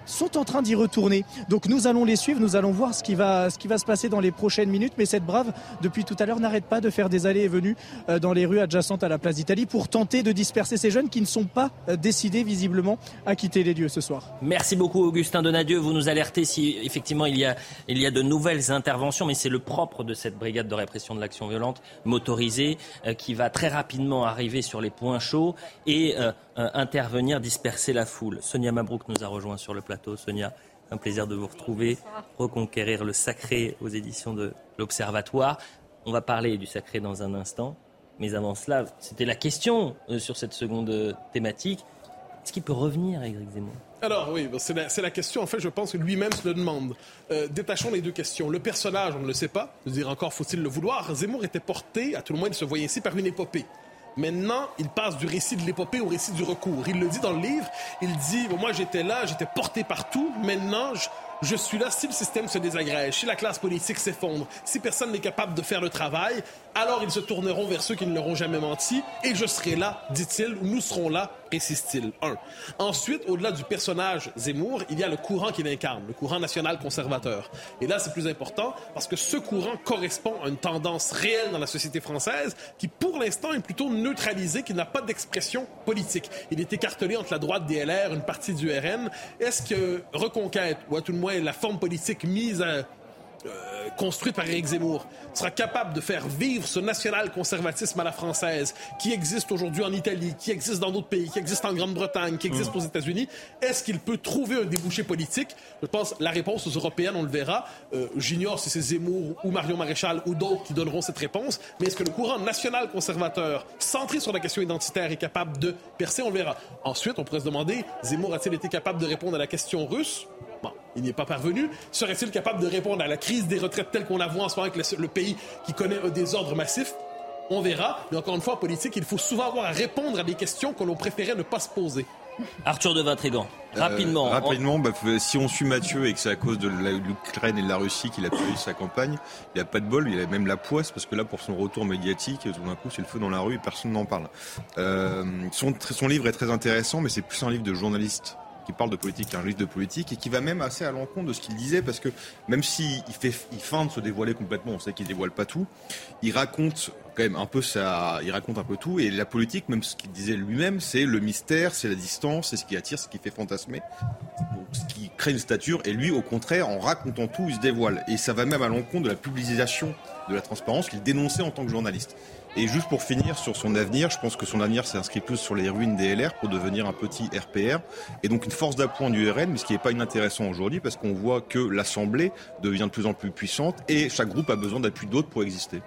sont en train d'y retourner. Donc nous allons les suivre, nous allons voir ce qui va, ce qui va se passer dans les prochaines minutes. Mais cette brave, depuis tout à l'heure, n'arrête pas de faire des allées et venues dans les rues adjacentes à la place d'Italie pour tenter de disperser ces jeunes qui ne sont pas décidés visiblement à quitter les lieux ce soir. Merci beaucoup Augustin Donadieu. Vous nous alertez si effectivement il y a, il y a de nouvelles interventions, mais c'est le propre de cette brigade de répression de l'action violente motorisée euh, qui va très rapidement arriver sur les points chauds et euh, euh, intervenir, disperser la foule. Sonia Mabrouk nous a rejoint sur le plateau. Sonia, un plaisir de vous retrouver. Reconquérir le sacré aux éditions de l'Observatoire. On va parler du sacré dans un instant. Mais avant cela, c'était la question euh, sur cette seconde euh, thématique. Est-ce qu'il peut revenir, Éric Zemmour ? Alors oui, c'est la, c'est la question, en fait, je pense que lui-même se le demande. Euh, détachons les deux questions. Le personnage, on ne le sait pas. Je veux dire, encore faut-il le vouloir. Zemmour était porté, à tout le moins il se voyait ainsi, par une épopée. Maintenant, il passe du récit de l'épopée au récit du recours. Il le dit dans le livre, il dit bon, « Moi, j'étais là, j'étais porté partout. Maintenant, je, je suis là si le système se désagrège, si la classe politique s'effondre, si personne n'est capable de faire le travail, alors ils se tourneront vers ceux qui ne leur ont jamais menti et je serai là, dit-il, ou nous serons là, précise-t-il. » Un. Ensuite, au-delà du personnage Zemmour, il y a le courant qu'il incarne, le courant national conservateur. Et là, c'est plus important parce que ce courant correspond à une tendance réelle dans la société française qui, pour l'instant, est plutôt neutralisée, qui n'a pas d'expression politique. Il est écartelé entre la droite des L R, une partie du R N. Est-ce que Reconquête, ou à tout le moins la forme politique mise à... Euh, construite par Éric Zemmour, sera capable de faire vivre ce national-conservatisme à la française qui existe aujourd'hui en Italie, qui existe dans d'autres pays, qui existe en Grande-Bretagne, qui existe mmh. aux États-Unis. Est-ce qu'il peut trouver un débouché politique? Je pense la réponse aux Européennes, on le verra. Euh, j'ignore si c'est Zemmour ou Marion Maréchal ou d'autres qui donneront cette réponse. Mais est-ce que le courant national-conservateur, centré sur la question identitaire, est capable de percer? On le verra. Ensuite, on pourrait se demander, Zemmour a-t-il été capable de répondre à la question russe? Bon, il n'y est pas parvenu. Serait-il capable de répondre à la crise des retraites telle qu'on la voit en ce moment avec le, le pays qui connaît un désordre massif? On verra. Mais encore une fois, en politique, il faut souvent avoir à répondre à des questions que l'on préférait ne pas se poser. Arthur de Vatrigan, rapidement. Euh, rapidement, bah, si on suit Mathieu et que c'est à cause de la, l'Ukraine et de la Russie qu'il a perdu sa campagne, il n'a pas de bol, il a même la poisse, parce que là, pour son retour médiatique, tout d'un coup, c'est le feu dans la rue et personne n'en parle. Euh, son, son livre est très intéressant, mais c'est plus un livre de journaliste qui parle de politique, un journaliste de politique, et qui va même assez à l'encontre de ce qu'il disait, parce que même s'il fait, il feint de se dévoiler complètement, on sait qu'il dévoile pas tout, il raconte quand même un peu ça, il raconte un peu tout, et la politique, même ce qu'il disait lui-même, c'est le mystère, c'est la distance, c'est ce qui attire, ce qui fait fantasmer, donc, ce qui crée une stature, et lui, au contraire, en racontant tout, il se dévoile, et ça va même à l'encontre de la publicisation de la transparence qu'il dénonçait en tant que journaliste. Et juste pour finir sur son avenir, je pense que son avenir s'inscrit plus sur les ruines des L R pour devenir un petit R P R et donc une force d'appoint du R N, mais ce qui n'est pas inintéressant aujourd'hui parce qu'on voit que l'Assemblée devient de plus en plus puissante et chaque groupe a besoin d'appui d'autres pour exister.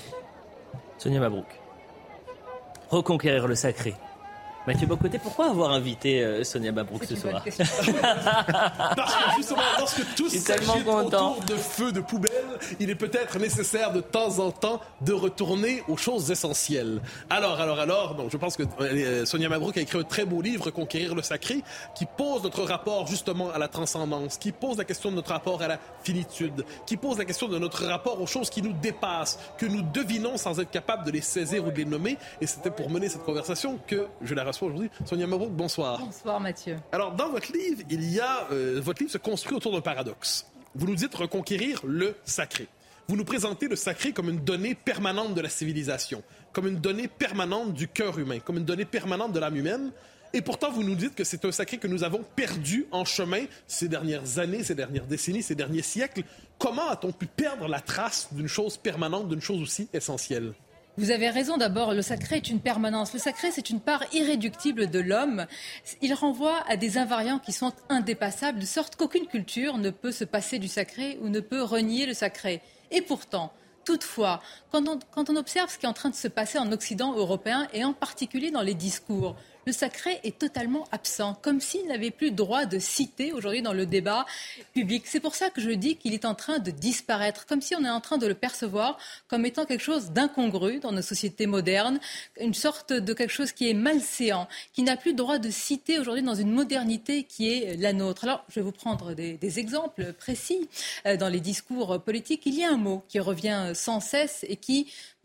Sonia Mabrouk, reconquérir le sacré. Mathieu Bocoté, pourquoi avoir invité euh, Sonia Mabrouk ce soir? Parce que justement, lorsque tous s'agitent autour de feux, de poubelles, il est peut-être nécessaire de temps en temps de retourner aux choses essentielles. Alors, alors, alors, donc je pense que euh, Sonia Mabrouk a écrit un très beau livre, Reconquérir le sacré, qui pose notre rapport justement à la transcendance, qui pose la question de notre rapport à la finitude, qui pose la question de notre rapport aux choses qui nous dépassent, que nous devinons sans être capables de les saisir ou de les nommer. Et c'était pour mener cette conversation que je la reçois aujourd'hui. Sonia Mabrouk, bonsoir. Bonsoir Mathieu. Alors, dans votre livre, il y a, euh, votre livre se construit autour d'un paradoxe. Vous nous dites reconquérir le sacré. Vous nous présentez le sacré comme une donnée permanente de la civilisation, comme une donnée permanente du cœur humain, comme une donnée permanente de l'âme humaine. Et pourtant, vous nous dites que c'est un sacré que nous avons perdu en chemin ces dernières années, ces dernières décennies, ces derniers siècles. Comment a-t-on pu perdre la trace d'une chose permanente, d'une chose aussi essentielle? Vous avez raison, d'abord, le sacré est une permanence. Le sacré, c'est une part irréductible de l'homme. Il renvoie à des invariants qui sont indépassables, de sorte qu'aucune culture ne peut se passer du sacré ou ne peut renier le sacré. Et pourtant, toutefois, quand on, quand on observe ce qui est en train de se passer en Occident européen, et en particulier dans les discours, le sacré est totalement absent, comme s'il n'avait plus droit de citer aujourd'hui dans le débat public. C'est pour ça que je dis qu'il est en train de disparaître, comme si on est en train de le percevoir comme étant quelque chose d'incongru dans nos sociétés modernes, une sorte de quelque chose qui est malséant, qui n'a plus le droit de citer aujourd'hui dans une modernité qui est la nôtre. Alors, je vais vous prendre des, des exemples précis. Dans les discours politiques, il y a un mot qui revient sans cesse et qui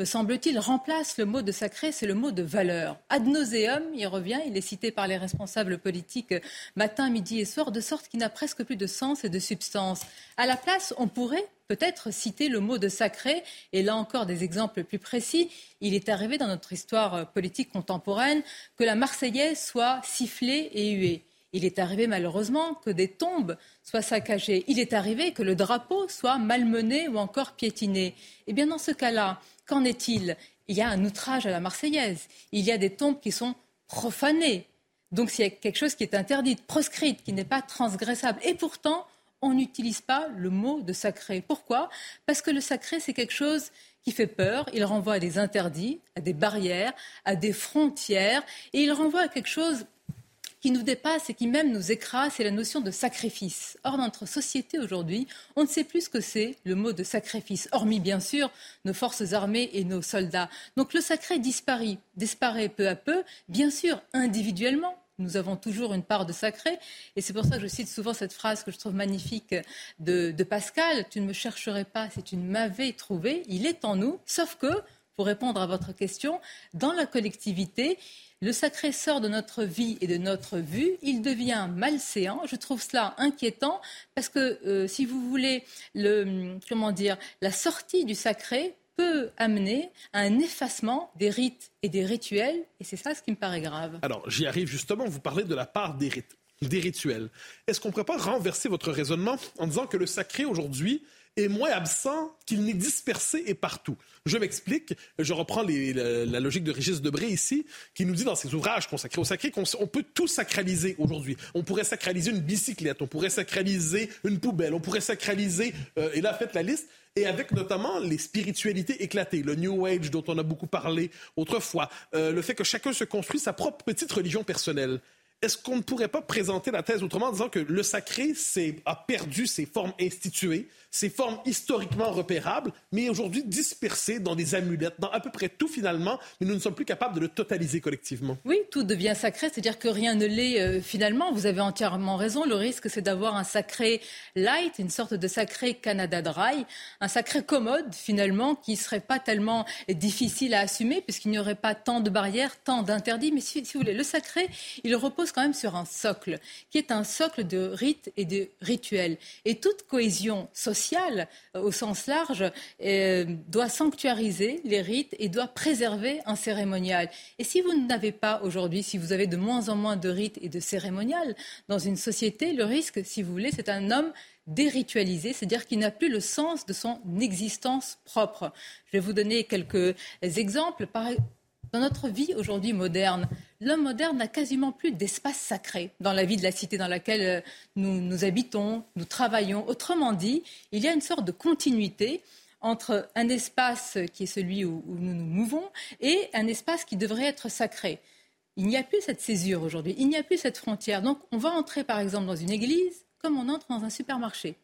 me semble-t-il, remplace le mot de sacré, c'est le mot de valeur. Ad nauseam, il revient, il est cité par les responsables politiques matin, midi et soir, de sorte qu'il n'a presque plus de sens et de substance. À la place, on pourrait peut-être citer le mot de sacré, et là encore des exemples plus précis. Il est arrivé dans notre histoire politique contemporaine que la Marseillaise soit sifflée et huée. Il est arrivé malheureusement que des tombes soient saccagées. Il est arrivé que le drapeau soit malmené ou encore piétiné. Eh bien dans ce cas-là, qu'en est-il ? Il y a un outrage à la Marseillaise. Il y a des tombes qui sont profanées. Donc s'il y a quelque chose qui est interdit, proscrit, qui n'est pas transgressable. Et pourtant, on n'utilise pas le mot de sacré. Pourquoi ? Parce que le sacré, c'est quelque chose qui fait peur. Il renvoie à des interdits, à des barrières, à des frontières. Et il renvoie à quelque chose qui nous dépasse et qui même nous écrase, c'est la notion de sacrifice. Or, dans notre société aujourd'hui, on ne sait plus ce que c'est le mot de sacrifice, hormis bien sûr nos forces armées et nos soldats. Donc le sacré disparaît, disparaît peu à peu, bien sûr individuellement. Nous avons toujours une part de sacré. Et c'est pour ça que je cite souvent cette phrase que je trouve magnifique de, de Pascal. « Tu ne me chercherais pas si tu ne m'avais trouvé. Il est en nous. » Sauf que, pour répondre à votre question, dans la collectivité, le sacré sort de notre vie et de notre vue. Il devient malséant. Je trouve cela inquiétant parce que, euh, si vous voulez, le, comment dire, la sortie du sacré peut amener à un effacement des rites et des rituels. Et c'est ça ce qui me paraît grave. Alors, j'y arrive justement. Vous parlez de la part des rites, des rituels. Est-ce qu'on ne pourrait pas renverser votre raisonnement en disant que le sacré aujourd'hui est moins absent qu'il n'est dispersé et partout? Je m'explique. Je reprends les, la, la logique de Régis Debray ici, qui nous dit dans ses ouvrages consacrés au sacré qu'on on peut tout sacraliser aujourd'hui. On pourrait sacraliser une bicyclette, on pourrait sacraliser une poubelle, on pourrait sacraliser, euh, et là, faites la liste, et avec notamment les spiritualités éclatées, le New Age dont on a beaucoup parlé autrefois, euh, le fait que chacun se construit sa propre petite religion personnelle. Est-ce qu'on ne pourrait pas présenter la thèse autrement en disant que le sacré c'est, a perdu ses formes instituées, ses formes historiquement repérables, mais aujourd'hui dispersées dans des amulettes, dans à peu près tout finalement, mais nous ne sommes plus capables de le totaliser collectivement? Oui, tout devient sacré, c'est-à-dire que rien ne l'est euh, finalement. Vous avez entièrement raison. Le risque, c'est d'avoir un sacré light, une sorte de sacré Canada Dry, un sacré commode finalement, qui ne serait pas tellement difficile à assumer, puisqu'il n'y aurait pas tant de barrières, tant d'interdits. Mais si, si vous voulez, le sacré, il repose quand même sur un socle, qui est un socle de rites et de rituels. Et toute cohésion sociale, euh, au sens large, euh, doit sanctuariser les rites et doit préserver un cérémonial. Et si vous n'avez pas aujourd'hui, si vous avez de moins en moins de rites et de cérémonial dans une société, le risque, si vous voulez, c'est un homme déritualisé, c'est-à-dire qu'il n'a plus le sens de son existence propre. Je vais vous donner quelques exemples. Par Dans notre vie aujourd'hui moderne, l'homme moderne n'a quasiment plus d'espace sacré dans la vie de la cité dans laquelle nous, nous habitons, nous travaillons. Autrement dit, il y a une sorte de continuité entre un espace qui est celui où, où nous nous mouvons et un espace qui devrait être sacré. Il n'y a plus cette césure aujourd'hui, il n'y a plus cette frontière. Donc on va entrer par exemple dans une église comme on entre dans un supermarché.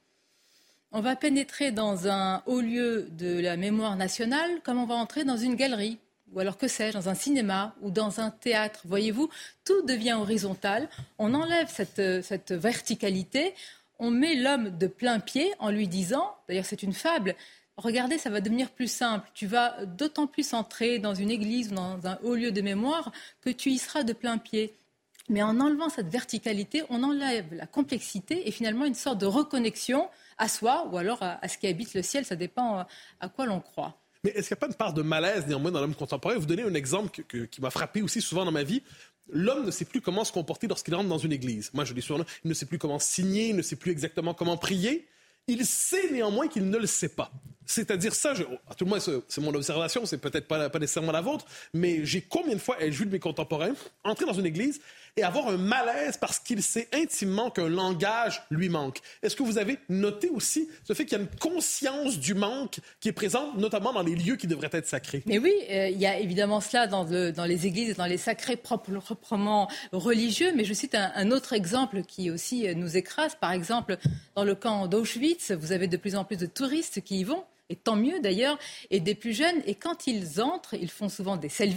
On va pénétrer dans un haut lieu de la mémoire nationale comme on va entrer dans une galerie. Ou alors, que sais-je, dans un cinéma ou dans un théâtre. Voyez-vous, tout devient horizontal. On enlève cette, cette verticalité. On met l'homme de plein pied en lui disant, d'ailleurs c'est une fable, regardez, ça va devenir plus simple. Tu vas d'autant plus entrer dans une église ou dans un haut lieu de mémoire que tu y seras de plein pied. Mais en enlevant cette verticalité, on enlève la complexité et finalement une sorte de reconnexion à soi ou alors à, à ce qui habite le ciel. Ça dépend à quoi l'on croit. Mais est-ce qu'il n'y a pas une part de malaise néanmoins dans l'homme contemporain? Vous donnez un exemple que, que, qui m'a frappé aussi souvent dans ma vie. L'homme ne sait plus comment se comporter lorsqu'il rentre dans une église. Moi, je dis souvent, il ne sait plus comment signer, il ne sait plus exactement comment prier. Il sait néanmoins qu'il ne le sait pas. C'est-à-dire ça, je, à tout le moins, c'est mon observation, c'est peut-être pas, pas nécessairement la vôtre, mais j'ai combien de fois, et je vu de mes contemporains, entrer dans une église et avoir un malaise parce qu'il sait intimement qu'un langage lui manque. Est-ce que vous avez noté aussi ce fait qu'il y a une conscience du manque qui est présente, notamment dans les lieux qui devraient être sacrés? Mais oui, euh, il y a évidemment cela dans, le, dans les églises et dans les sacrés propres, proprement religieux, mais je cite un, un autre exemple qui aussi nous écrase. Par exemple, dans le camp d'Auschwitz, vous avez de plus en plus de touristes qui y vont, et tant mieux d'ailleurs, et des plus jeunes, et quand ils entrent, ils font souvent des selfies.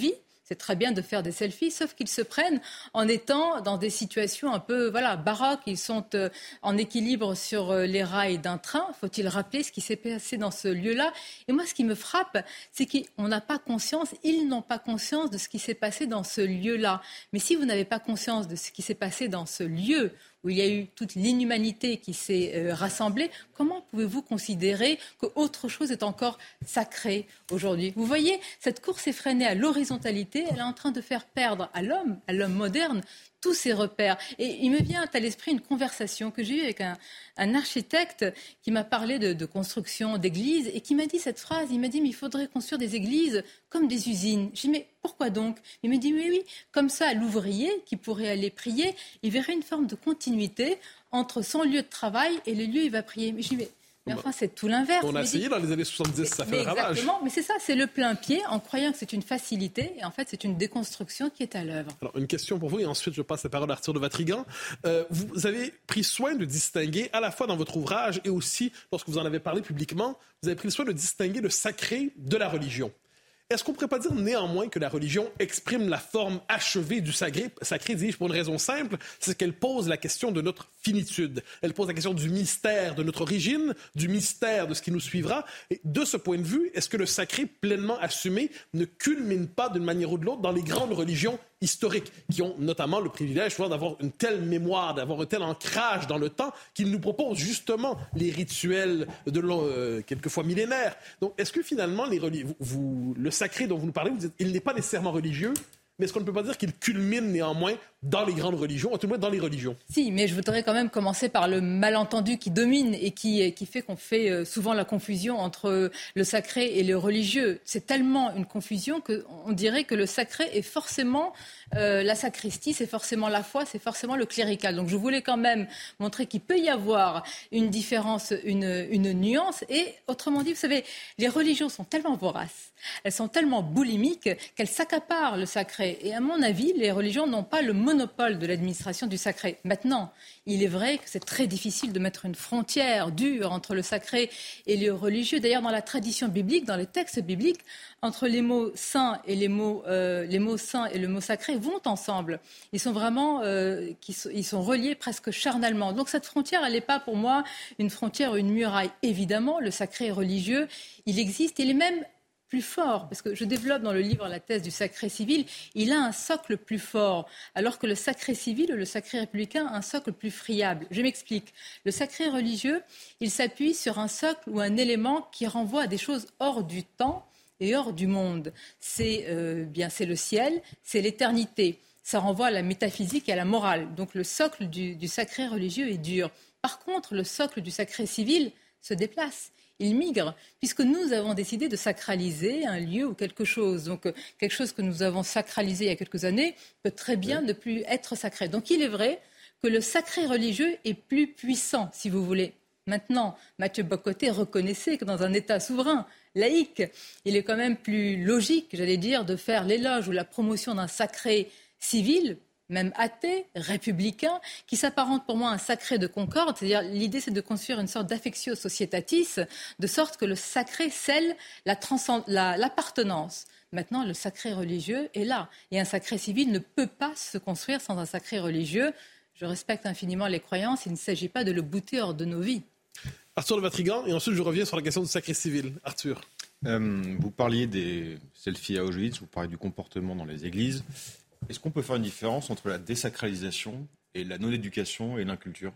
c'est très bien de faire des selfies, sauf qu'ils se prennent en étant dans des situations un peu voilà, baroques. Ils sont euh, en équilibre sur euh, les rails d'un train. Faut-il rappeler ce qui s'est passé dans ce lieu-là? Et moi, ce qui me frappe, c'est qu'on n'a pas conscience, ils n'ont pas conscience de ce qui s'est passé dans ce lieu-là. Mais si vous n'avez pas conscience de ce qui s'est passé dans ce lieu, où il y a eu toute l'inhumanité qui s'est euh, rassemblée, comment pouvez-vous considérer qu'autre chose est encore sacrée aujourd'hui? Vous voyez, cette course effrénée à l'horizontalité, elle est en train de faire perdre à l'homme, à l'homme moderne, tous ses repères. Et il me vient à l'esprit une conversation que j'ai eue avec un, un architecte qui m'a parlé de, de construction d'églises et qui m'a dit cette phrase, il m'a dit « mais il faudrait construire des églises comme des usines ». J'ai dit « mais pourquoi donc ?» Il me dit « oui, oui, comme ça l'ouvrier qui pourrait aller prier, il verrait une forme de continuité entre son lieu de travail et le lieu où il va prier ». Mais je dis « mais Mais enfin, c'est tout l'inverse. On a essayé dans les années soixante-dix, ça fait un ravage. Exactement, mais c'est ça, c'est le plein pied en croyant que c'est une facilité et en fait c'est une déconstruction qui est à l'œuvre. Alors une question pour vous et ensuite je passe la parole à Arthur de Vatrigan. Euh, vous avez pris soin de distinguer à la fois dans votre ouvrage et aussi lorsque vous en avez parlé publiquement, vous avez pris le soin de distinguer le sacré de la religion. Est-ce qu'on ne pourrait pas dire néanmoins que la religion exprime la forme achevée du sacré, sacré dis-je, pour une raison simple, c'est qu'elle pose la question de notre finitude. Elle pose la question du mystère de notre origine, du mystère de ce qui nous suivra. Et de ce point de vue, est-ce que le sacré pleinement assumé ne culmine pas d'une manière ou de l'autre dans les grandes religions historiques, qui ont notamment le privilège souvent d'avoir une telle mémoire, d'avoir un tel ancrage dans le temps, qu'ils nous proposent justement les rituels de euh, quelquefois millénaires. Donc, est-ce que finalement, les reli- vous, vous, le sacré dont vous nous parlez, vous dites, il n'est pas nécessairement religieux, mais est-ce qu'on ne peut pas dire qu'il culmine néanmoins dans les grandes religions, à tout le moins dans les religions? Si, mais je voudrais quand même commencer par le malentendu qui domine et qui, qui fait qu'on fait souvent la confusion entre le sacré et le religieux. C'est tellement une confusion qu'on dirait que le sacré est forcément euh, la sacristie, c'est forcément la foi, c'est forcément le clérical. Donc je voulais quand même montrer qu'il peut y avoir une différence, une, une nuance. Et autrement dit, vous savez, les religions sont tellement voraces, elles sont tellement boulimiques qu'elles s'accaparent le sacré. Et à mon avis, les religions n'ont pas le monopole de l'administration du sacré. Maintenant, il est vrai que c'est très difficile de mettre une frontière dure entre le sacré et le religieux. D'ailleurs, dans la tradition biblique, dans les textes bibliques, entre les mots saints et les mots, euh, les mots saints et le mot sacré vont ensemble. Ils sont vraiment, euh, qui sont, ils sont reliés presque charnellement. Donc cette frontière, elle n'est pas pour moi une frontière ou une muraille. Évidemment, le sacré est religieux, il existe, il est même plus fort, parce que je développe dans le livre la thèse du sacré civil, il a un socle plus fort, alors que le sacré civil ou le sacré républicain a un socle plus friable. Je m'explique. Le sacré religieux, il s'appuie sur un socle ou un élément qui renvoie à des choses hors du temps et hors du monde. C'est, euh, bien, c'est le ciel, c'est l'éternité. Ça renvoie à la métaphysique et à la morale. Donc le socle du, du sacré religieux est dur. Par contre, le socle du sacré civil se déplace. Il migre, puisque nous avons décidé de sacraliser un lieu ou quelque chose. Donc, quelque chose que nous avons sacralisé il y a quelques années peut très bien ne plus être sacré. Donc, il est vrai que le sacré religieux est plus puissant, si vous voulez. Maintenant, Mathieu Bock-Côté reconnaissait que dans un État souverain, laïque, il est quand même plus logique, j'allais dire, de faire l'éloge ou la promotion d'un sacré civil, même athée, républicain, qui s'apparente pour moi à un sacré de concorde. C'est-à-dire, l'idée, c'est de construire une sorte d'affectio societatis, de sorte que le sacré scelle la transcend- la, l'appartenance. Maintenant, le sacré religieux est là. Et un sacré civil ne peut pas se construire sans un sacré religieux. Je respecte infiniment les croyances, il ne s'agit pas de le bouter hors de nos vies. Arthur de Vatrigan, et ensuite je reviens sur la question du sacré civil. Arthur. Euh, vous parliez des selfies à Auschwitz, vous parliez du comportement dans les églises. Est-ce qu'on peut faire une différence entre la désacralisation et la non-éducation et l'inculture?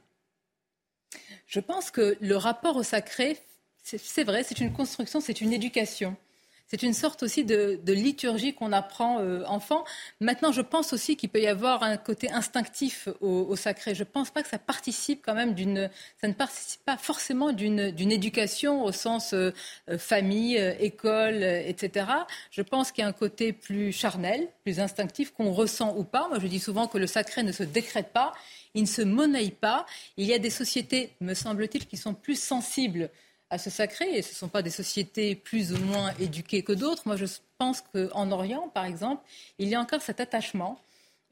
Je pense que le rapport au sacré, c'est, c'est vrai, c'est une construction, c'est une éducation. C'est une sorte aussi de, de liturgie qu'on apprend euh, enfant. Maintenant, je pense aussi qu'il peut y avoir un côté instinctif au, au sacré. Je ne pense pas que ça participe quand même d'une... Ça ne participe pas forcément d'une, d'une éducation au sens euh, famille, euh, école, euh, et cetera. Je pense qu'il y a un côté plus charnel, plus instinctif, qu'on ressent ou pas. Moi, je dis souvent que le sacré ne se décrète pas, il ne se monnaie pas. Il y a des sociétés, me semble-t-il, qui sont plus sensibles à ce sacré, et ce ne sont pas des sociétés plus ou moins éduquées que d'autres. Moi, je pense qu'en Orient, par exemple, il y a encore cet attachement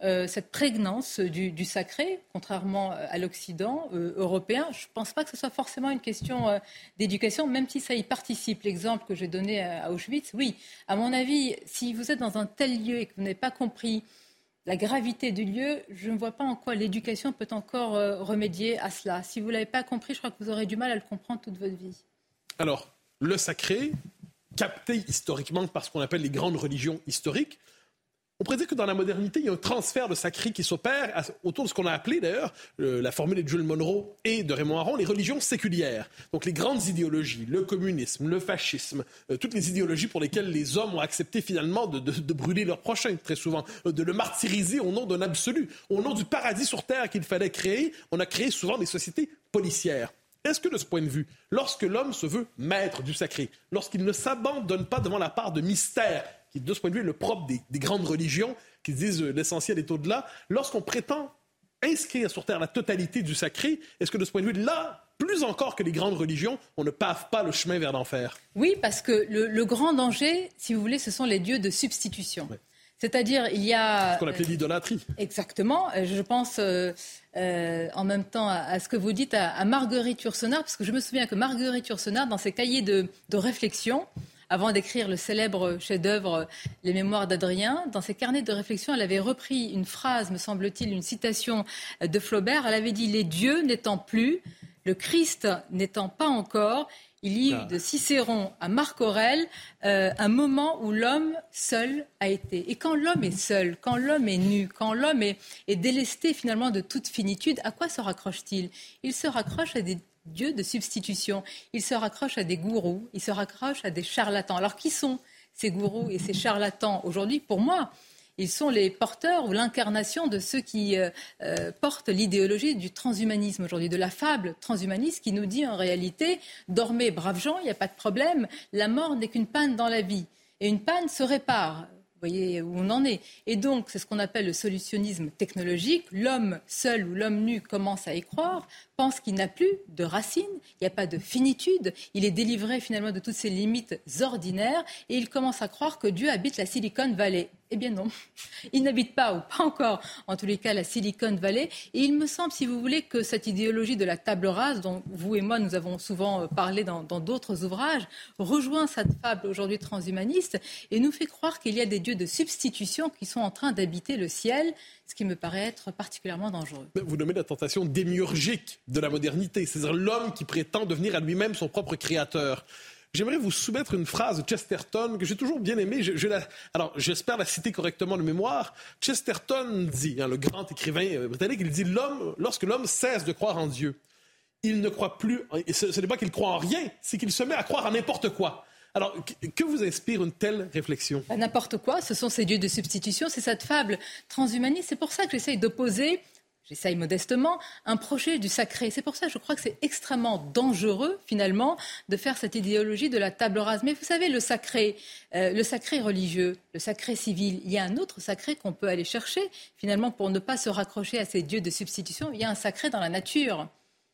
euh, cette prégnance du, du sacré, contrairement à l'Occident euh, européen. Je ne pense pas que ce soit forcément une question euh, d'éducation, même si ça y participe. L'exemple que j'ai donné à, à Auschwitz, oui. À mon avis, si vous êtes dans un tel lieu et que vous n'avez pas compris la gravité du lieu, je ne vois pas en quoi l'éducation peut encore euh, remédier à cela. Si vous ne l'avez pas compris, je crois que vous aurez du mal à le comprendre toute votre vie. Alors, le sacré, capté historiquement par ce qu'on appelle les grandes religions historiques, on pourrait dire que dans la modernité, il y a un transfert de sacré qui s'opère autour de ce qu'on a appelé d'ailleurs, euh, la formule de Jules Monroe et de Raymond Aron, les religions séculières. Donc les grandes idéologies, le communisme, le fascisme, euh, toutes les idéologies pour lesquelles les hommes ont accepté finalement de, de, de brûler leur prochain, très souvent, euh, de le martyriser au nom d'un absolu, au nom du paradis sur terre qu'il fallait créer. On a créé souvent des sociétés policières. Est-ce que de ce point de vue, lorsque l'homme se veut maître du sacré, lorsqu'il ne s'abandonne pas devant la part de mystère, qui de ce point de vue est le propre des, des grandes religions, qui disent euh, l'essentiel est au-delà, lorsqu'on prétend inscrire sur terre la totalité du sacré, est-ce que de ce point de vue, là, plus encore que les grandes religions, on ne pave pas le chemin vers l'enfer? Oui, parce que le, le grand danger, si vous voulez, ce sont les dieux de substitution. Ouais. C'est-à-dire, il y a... Ce qu'on appelait l'idolâtrie. Exactement. Je pense euh, euh, en même temps à, à ce que vous dites à, à Marguerite Yourcenar, parce que je me souviens que Marguerite Yourcenar, dans ses cahiers de, de réflexion, avant d'écrire le célèbre chef-d'œuvre Les Mémoires d'Adrien, dans ses carnets de réflexion, elle avait repris une phrase, me semble-t-il, une citation de Flaubert. Elle avait dit « Les dieux n'étant plus, le Christ n'étant pas encore », il y a eu de Cicéron à Marc Aurèle euh, un moment où l'homme seul a été. Et quand l'homme est seul, quand l'homme est nu, quand l'homme est, est délesté finalement de toute finitude, à quoi se raccroche-t-il? Il se raccroche à des dieux de substitution. Il se raccroche à des gourous, il se raccroche à des charlatans. Alors qui sont ces gourous et ces charlatans aujourd'hui? Pour moi, ils sont les porteurs ou l'incarnation de ceux qui euh, euh, portent l'idéologie du transhumanisme aujourd'hui, de la fable transhumaniste qui nous dit en réalité « Dormez, braves gens, il n'y a pas de problème, la mort n'est qu'une panne dans la vie. Et une panne se répare. » Vous voyez où on en est. Et donc, c'est ce qu'on appelle le solutionnisme technologique. L'homme seul ou l'homme nu commence à y croire, pense qu'il n'a plus de racines, il n'y a pas de finitude, il est délivré finalement de toutes ses limites ordinaires et il commence à croire que Dieu habite la Silicon Valley. Eh bien non, il n'habite pas, ou pas encore, en tous les cas, la Silicon Valley. Et il me semble, si vous voulez, que cette idéologie de la table rase, dont vous et moi, nous avons souvent parlé dans, dans d'autres ouvrages, rejoint cette fable aujourd'hui transhumaniste et nous fait croire qu'il y a des dieux de substitution qui sont en train d'habiter le ciel, ce qui me paraît être particulièrement dangereux. Vous nommez la tentation démiurgique de la modernité, c'est-à-dire l'homme qui prétend devenir à lui-même son propre créateur. J'aimerais vous soumettre une phrase de Chesterton que j'ai toujours bien aimée. Je, je la, alors, j'espère la citer correctement de mémoire. Chesterton dit, hein, le grand écrivain britannique, il dit l'homme, lorsque l'homme cesse de croire en Dieu, il ne croit plus. Et ce, ce n'est pas qu'il croit en rien, c'est qu'il se met à croire en n'importe quoi. Alors, que vous inspire une telle réflexion? N'importe quoi, ce sont ces dieux de substitution, c'est cette fable transhumaniste. C'est pour ça que j'essaye d'opposer, j'essaye modestement, un projet du sacré. C'est pour ça que je crois que c'est extrêmement dangereux, finalement, de faire cette idéologie de la table rase. Mais vous savez, le sacré, euh, le sacré religieux, le sacré civil, il y a un autre sacré qu'on peut aller chercher, finalement, pour ne pas se raccrocher à ces dieux de substitution. Il y a un sacré dans la nature.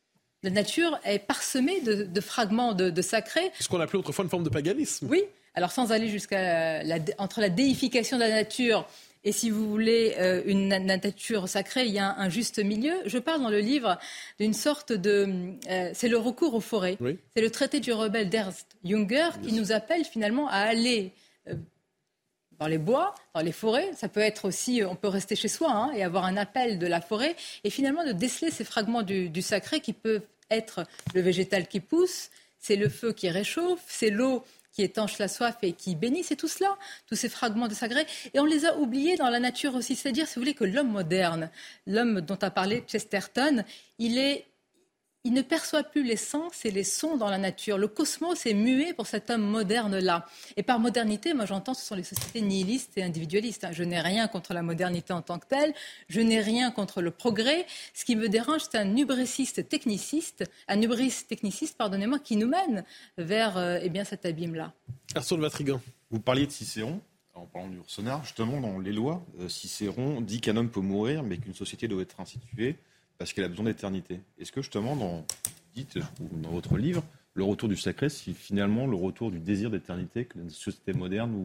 La nature est parsemée de, de fragments de, de sacré. Ce qu'on appelait autrefois une forme de paganisme. Oui, alors sans aller jusqu'à la, la, entre la déification de la nature et, si vous voulez, euh, une nature sacrée, il y a un, un juste milieu. Je parle dans le livre d'une sorte de... Euh, c'est le recours aux forêts. Oui. C'est le traité du rebelle d'Ernst Junger qui nous appelle finalement à aller... Euh, dans les bois, dans les forêts, ça peut être aussi, on peut rester chez soi hein, et avoir un appel de la forêt, et finalement de déceler ces fragments du, du sacré qui peuvent être le végétal qui pousse, c'est le feu qui réchauffe, c'est l'eau qui étanche la soif et qui bénit, c'est tout cela, tous ces fragments de sacré. Et on les a oubliés dans la nature aussi, c'est-à-dire, si vous voulez, que l'homme moderne, l'homme dont a parlé Chesterton, il est... Il ne perçoit plus les sens et les sons dans la nature. Le cosmos est muet pour cet homme moderne-là. Et par modernité, moi j'entends ce sont les sociétés nihilistes et individualistes. Je n'ai rien contre la modernité en tant que telle. Je n'ai rien contre le progrès. Ce qui me dérange, c'est un hubrisiste techniciste, un hubris techniciste, pardonnez-moi, qui nous mène vers euh, eh bien, cet abîme-là. Arthur de Vatrigan. Vous parliez de Cicéron. En parlant du Yourcenar, justement, dans les lois, euh, Cicéron dit qu'un homme peut mourir, mais qu'une société doit être instituée parce qu'elle a besoin d'éternité. Est-ce que justement, dans, dites, dans votre livre, le retour du sacré, c'est finalement le retour du désir d'éternité que la société moderne nous,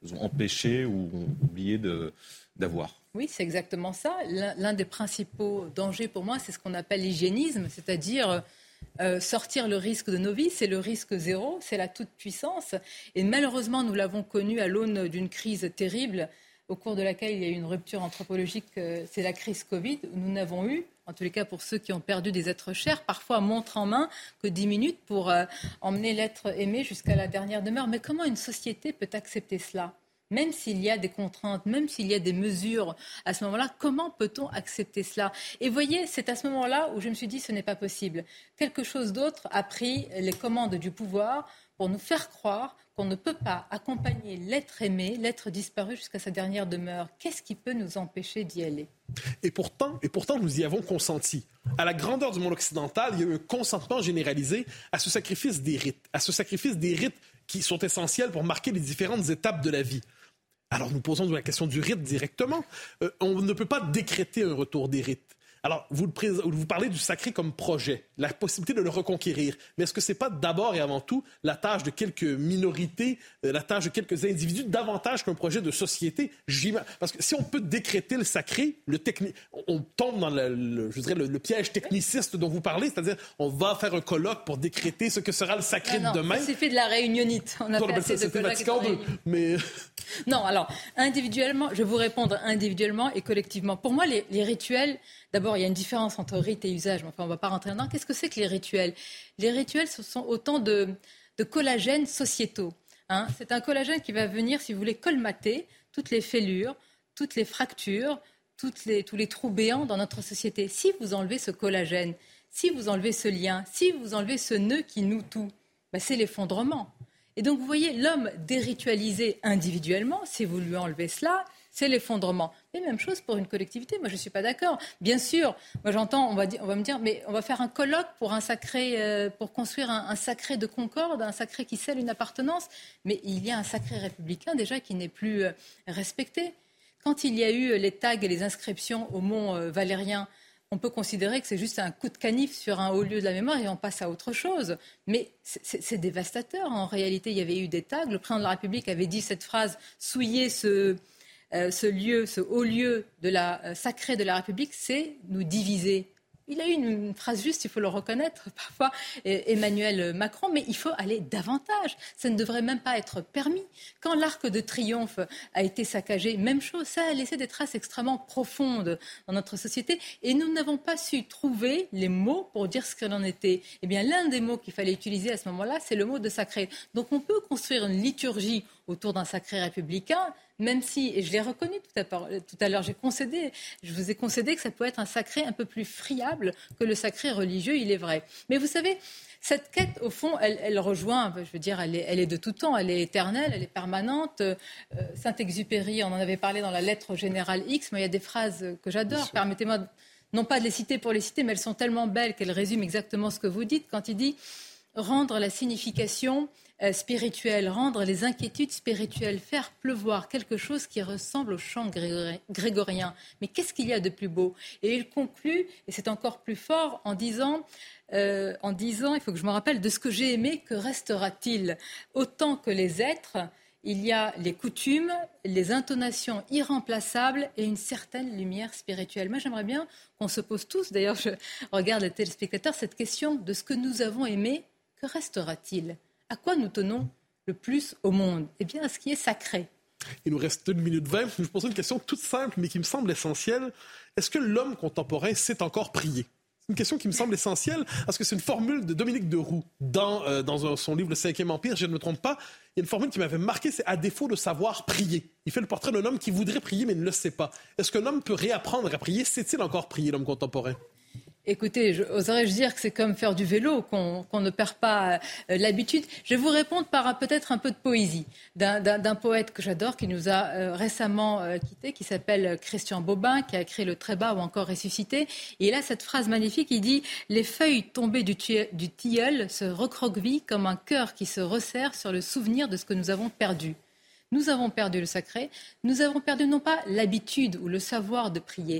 ont empêché ou ont oublié de, d'avoir. Oui, c'est exactement ça. L'un, l'un des principaux dangers pour moi, c'est ce qu'on appelle l'hygiénisme, c'est-à-dire euh, sortir le risque de nos vies, c'est le risque zéro, c'est la toute-puissance. Et malheureusement, nous l'avons connu à l'aune d'une crise terrible, au cours de laquelle il y a eu une rupture anthropologique, euh, c'est la crise Covid, où nous n'avons eu, en tous les cas pour ceux qui ont perdu des êtres chers, parfois montre en main que dix minutes pour euh, emmener l'être aimé jusqu'à la dernière demeure. Mais comment une société peut accepter cela ? Même s'il y a des contraintes, même s'il y a des mesures à ce moment-là, comment peut-on accepter cela ? Et voyez, c'est à ce moment-là où je me suis dit ce n'est pas possible. Quelque chose d'autre a pris les commandes du pouvoir pour nous faire croire qu'on ne peut pas accompagner l'être aimé, l'être disparu jusqu'à sa dernière demeure. Qu'est-ce qui peut nous empêcher d'y aller ? Et pourtant, et pourtant, nous y avons consenti. À la grandeur du monde occidental, il y a eu un consentement généralisé à ce sacrifice des rites, à ce sacrifice des rites qui sont essentiels pour marquer les différentes étapes de la vie. Alors nous posons la question du rite directement. Euh, on ne peut pas décréter un retour des rites. Alors, vous, le pré- vous parlez du sacré comme projet, la possibilité de le reconquérir. Mais est-ce que ce n'est pas d'abord et avant tout la tâche de quelques minorités, euh, la tâche de quelques individus, davantage qu'un projet de société? Parce que si on peut décréter le sacré, le techni- on tombe dans le, le, je dirais le, le piège techniciste dont vous parlez, c'est-à-dire on va faire un colloque pour décréter ce que sera le sacré non, non, de demain. C'est fait de la réunionite. On a non, fait assez ça, de colloques. deux, mais... Non, alors, individuellement, je vais vous répondre individuellement et collectivement. Pour moi, les, les rituels, d'abord, il y a une différence entre rite et usage, mais enfin, on ne va pas rentrer dedans. Qu'est-ce que c'est que les rituels ? Les rituels, ce sont autant de, de collagènes sociétaux. Hein. C'est un collagène qui va venir, si vous voulez, colmater toutes les fêlures, toutes les fractures, toutes les, tous les trous béants dans notre société. Si vous enlevez ce collagène, si vous enlevez ce lien, si vous enlevez ce nœud qui noue tout, ben c'est l'effondrement. Et donc, vous voyez, l'homme déritualisé individuellement, si vous lui enlevez cela, c'est l'effondrement. Mais même chose pour une collectivité. Moi, je ne suis pas d'accord. Bien sûr, moi j'entends, on va, dire, on va me dire, mais on va faire un colloque pour, un sacré, euh, pour construire un, un sacré de concorde, un sacré qui scelle une appartenance. Mais il y a un sacré républicain déjà qui n'est plus euh, respecté. Quand il y a eu les tags et les inscriptions au Mont euh, Valérien, on peut considérer que c'est juste un coup de canif sur un haut lieu de la mémoire et on passe à autre chose. Mais c'est, c'est, c'est dévastateur. En réalité, il y avait eu des tags. Le président de la République avait dit cette phrase « souiller ce, euh, ce lieu, ce haut lieu de la, euh, sacré de la République, c'est nous diviser ». Il a eu une, une phrase juste, il faut le reconnaître, parfois, Emmanuel Macron, mais il faut aller davantage. Ça ne devrait même pas être permis. Quand l'Arc de Triomphe a été saccagé, même chose, ça a laissé des traces extrêmement profondes dans notre société et nous n'avons pas su trouver les mots pour dire ce qu'il en était. Eh bien, l'un des mots qu'il fallait utiliser à ce moment-là, c'est le mot de sacré. Donc on peut construire une liturgie autour d'un sacré républicain, même si, et je l'ai reconnu tout à, tout à l'heure, j'ai concédé, je vous ai concédé que ça peut être un sacré un peu plus friable que le sacré religieux, il est vrai. Mais vous savez, cette quête, au fond, elle, elle rejoint, je veux dire, elle est, elle est de tout temps, elle est éternelle, elle est permanente. Euh, Saint-Exupéry, on en avait parlé dans la lettre générale X, mais il y a des phrases que j'adore, permettez-moi non pas de les citer pour les citer, mais elles sont tellement belles qu'elles résument exactement ce que vous dites, quand il dit « rendre la signification euh, spirituelle, rendre les inquiétudes spirituelles, faire pleuvoir quelque chose qui ressemble au chant grégori- grégorien. » Mais qu'est-ce qu'il y a de plus beau ? Et il conclut, et c'est encore plus fort, en disant, euh, en disant, il faut que je me rappelle, de ce que j'ai aimé, que restera-t-il ? Autant que les êtres, il y a les coutumes, les intonations irremplaçables et une certaine lumière spirituelle. Moi, j'aimerais bien qu'on se pose tous, d'ailleurs, je regarde les téléspectateurs, cette question de ce que nous avons aimé, que restera-t-il ? À quoi nous tenons le plus au monde ? Eh bien, à ce qui est sacré. Il nous reste une minute vingt. Je vous pose une question toute simple, mais qui me semble essentielle. Est-ce que l'homme contemporain sait encore prier ? C'est une question qui me semble essentielle, parce que c'est une formule de Dominique de Roux dans, euh, dans un, son livre Le Cinquième Empire, je ne me trompe pas. Il y a une formule qui m'avait marqué, c'est « à défaut de savoir prier ». Il fait le portrait d'un homme qui voudrait prier, mais ne le sait pas. Est-ce qu'un homme peut réapprendre à prier ? Sait-il encore prier, l'homme contemporain ? Écoutez, oserais-je dire que c'est comme faire du vélo, qu'on, qu'on ne perd pas euh, l'habitude. Je vais vous répondre par peut-être un peu de poésie d'un, d'un, d'un poète que j'adore, qui nous a euh, récemment euh, quittés, qui s'appelle Christian Bobin, qui a écrit Le Trébat ou encore Ressuscité. Et il a cette phrase magnifique, il dit « Les feuilles tombées du, tu- du tilleul se recroquevillent comme un cœur qui se resserre sur le souvenir de ce que nous avons perdu. » Nous avons perdu le sacré, nous avons perdu non pas l'habitude ou le savoir de prier.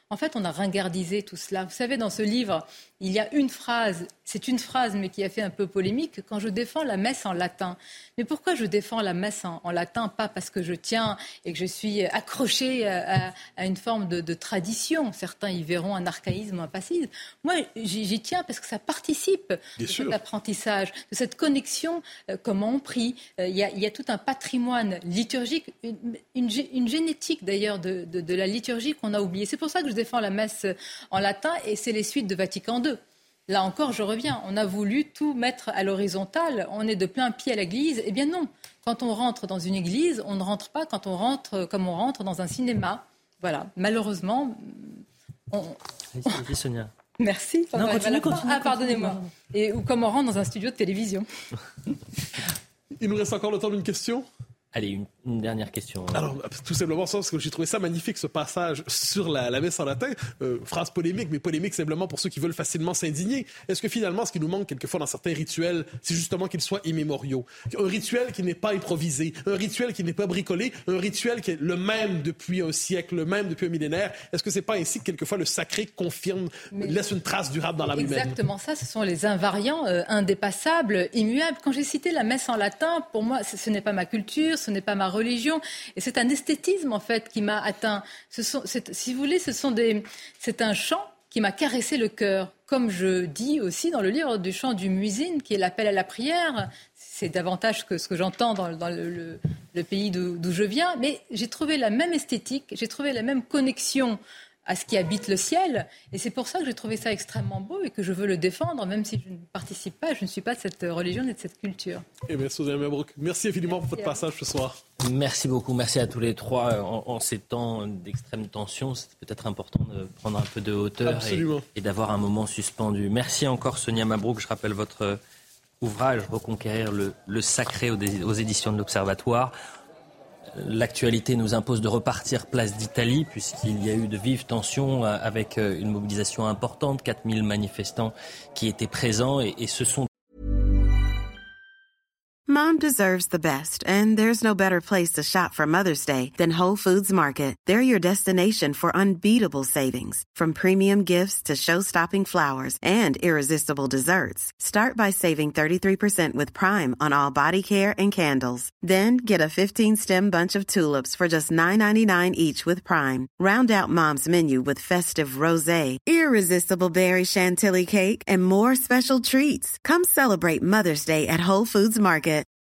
En fait, on a ringardisé tout cela. Vous savez, dans ce livre, il y a une phrase, c'est une phrase, mais qui a fait un peu polémique, quand je défends la messe en latin. Mais pourquoi je défends la messe en, en latin? Pas parce que je tiens et que je suis accrochée à, à, à une forme de, de tradition. Certains y verront un archaïsme ou un passisme. Moi, j'y, j'y tiens parce que ça participe Bien de sûr. cet apprentissage, de cette connexion, euh, comment on prie. Euh, il y a, il y a tout un patrimoine liturgique, une, une, une génétique d'ailleurs de, de, de la liturgie qu'on a oubliée. C'est pour ça que je défends la messe en latin et c'est les suites de Vatican deux. Là encore, je reviens, on a voulu tout mettre à l'horizontale, on est de plein pied à l'église. Eh bien non, quand on rentre dans une église, on ne rentre pas quand on rentre comme on rentre dans un cinéma. Voilà, malheureusement... On... Merci Sonia. Merci. Non, continue, continue, ah, pardonnez-moi. Et, ou comme on rentre dans un studio de télévision. Il nous reste encore le temps d'une question. Allez, une, une dernière question. Alors, tout simplement ça, parce que j'ai trouvé ça magnifique, ce passage sur la, la messe en latin. Euh, phrase polémique, mais polémique simplement pour ceux qui veulent facilement s'indigner. Est-ce que finalement, ce qui nous manque quelquefois dans certains rituels, c'est justement qu'ils soient immémoriaux? Un rituel qui n'est pas improvisé, un rituel qui n'est pas bricolé, un rituel qui est le même depuis un siècle, le même depuis un millénaire. Est-ce que c'est pas ainsi que quelquefois le sacré confirme, mais laisse une trace durable dans l'âme humaine? Exactement ça, ce sont les invariants euh, indépassables, immuables. Quand j'ai cité la messe en latin, pour moi, ce, ce n'est pas ma culture, ce n'est pas ma religion, et c'est un esthétisme en fait qui m'a atteint. Ce sont, c'est, si vous voulez, ce sont des, c'est un chant qui m'a caressé le cœur, comme je dis aussi dans le livre du chant du muezzin, qui est l'appel à la prière. C'est davantage que ce que j'entends dans, dans le, le, le pays d'où, d'où je viens, mais j'ai trouvé la même esthétique, j'ai trouvé la même connexion à ce qui habite le ciel. Et c'est pour ça que j'ai trouvé ça extrêmement beau et que je veux le défendre, même si je ne participe pas, je ne suis pas de cette religion et de cette culture. Et bien, Sonia Mabrouk, merci infiniment pour votre passage ce soir. Merci beaucoup, merci à tous les trois. En, en ces temps d'extrême tension, c'est peut-être important de prendre un peu de hauteur et, et d'avoir un moment suspendu. Merci encore Sonia Mabrouk. Je rappelle votre ouvrage « Reconquérir le, le sacré » aux, aux éditions de l'Observatoire. L'actualité nous impose de repartir place d'Italie puisqu'il y a eu de vives tensions avec une mobilisation importante, quatre mille manifestants qui étaient présents et, et ce sont... Mom deserves the best, and there's no better place to shop for Mother's Day than Whole Foods Market. They're your destination for unbeatable savings, from premium gifts to show-stopping flowers and irresistible desserts. Start by saving thirty-three percent with Prime on all body care and candles. Then get a fifteen-stem bunch of tulips for just nine ninety-nine each with Prime. Round out Mom's menu with festive rosé, irresistible berry chantilly cake, and more special treats. Come celebrate Mother's Day at Whole Foods Market.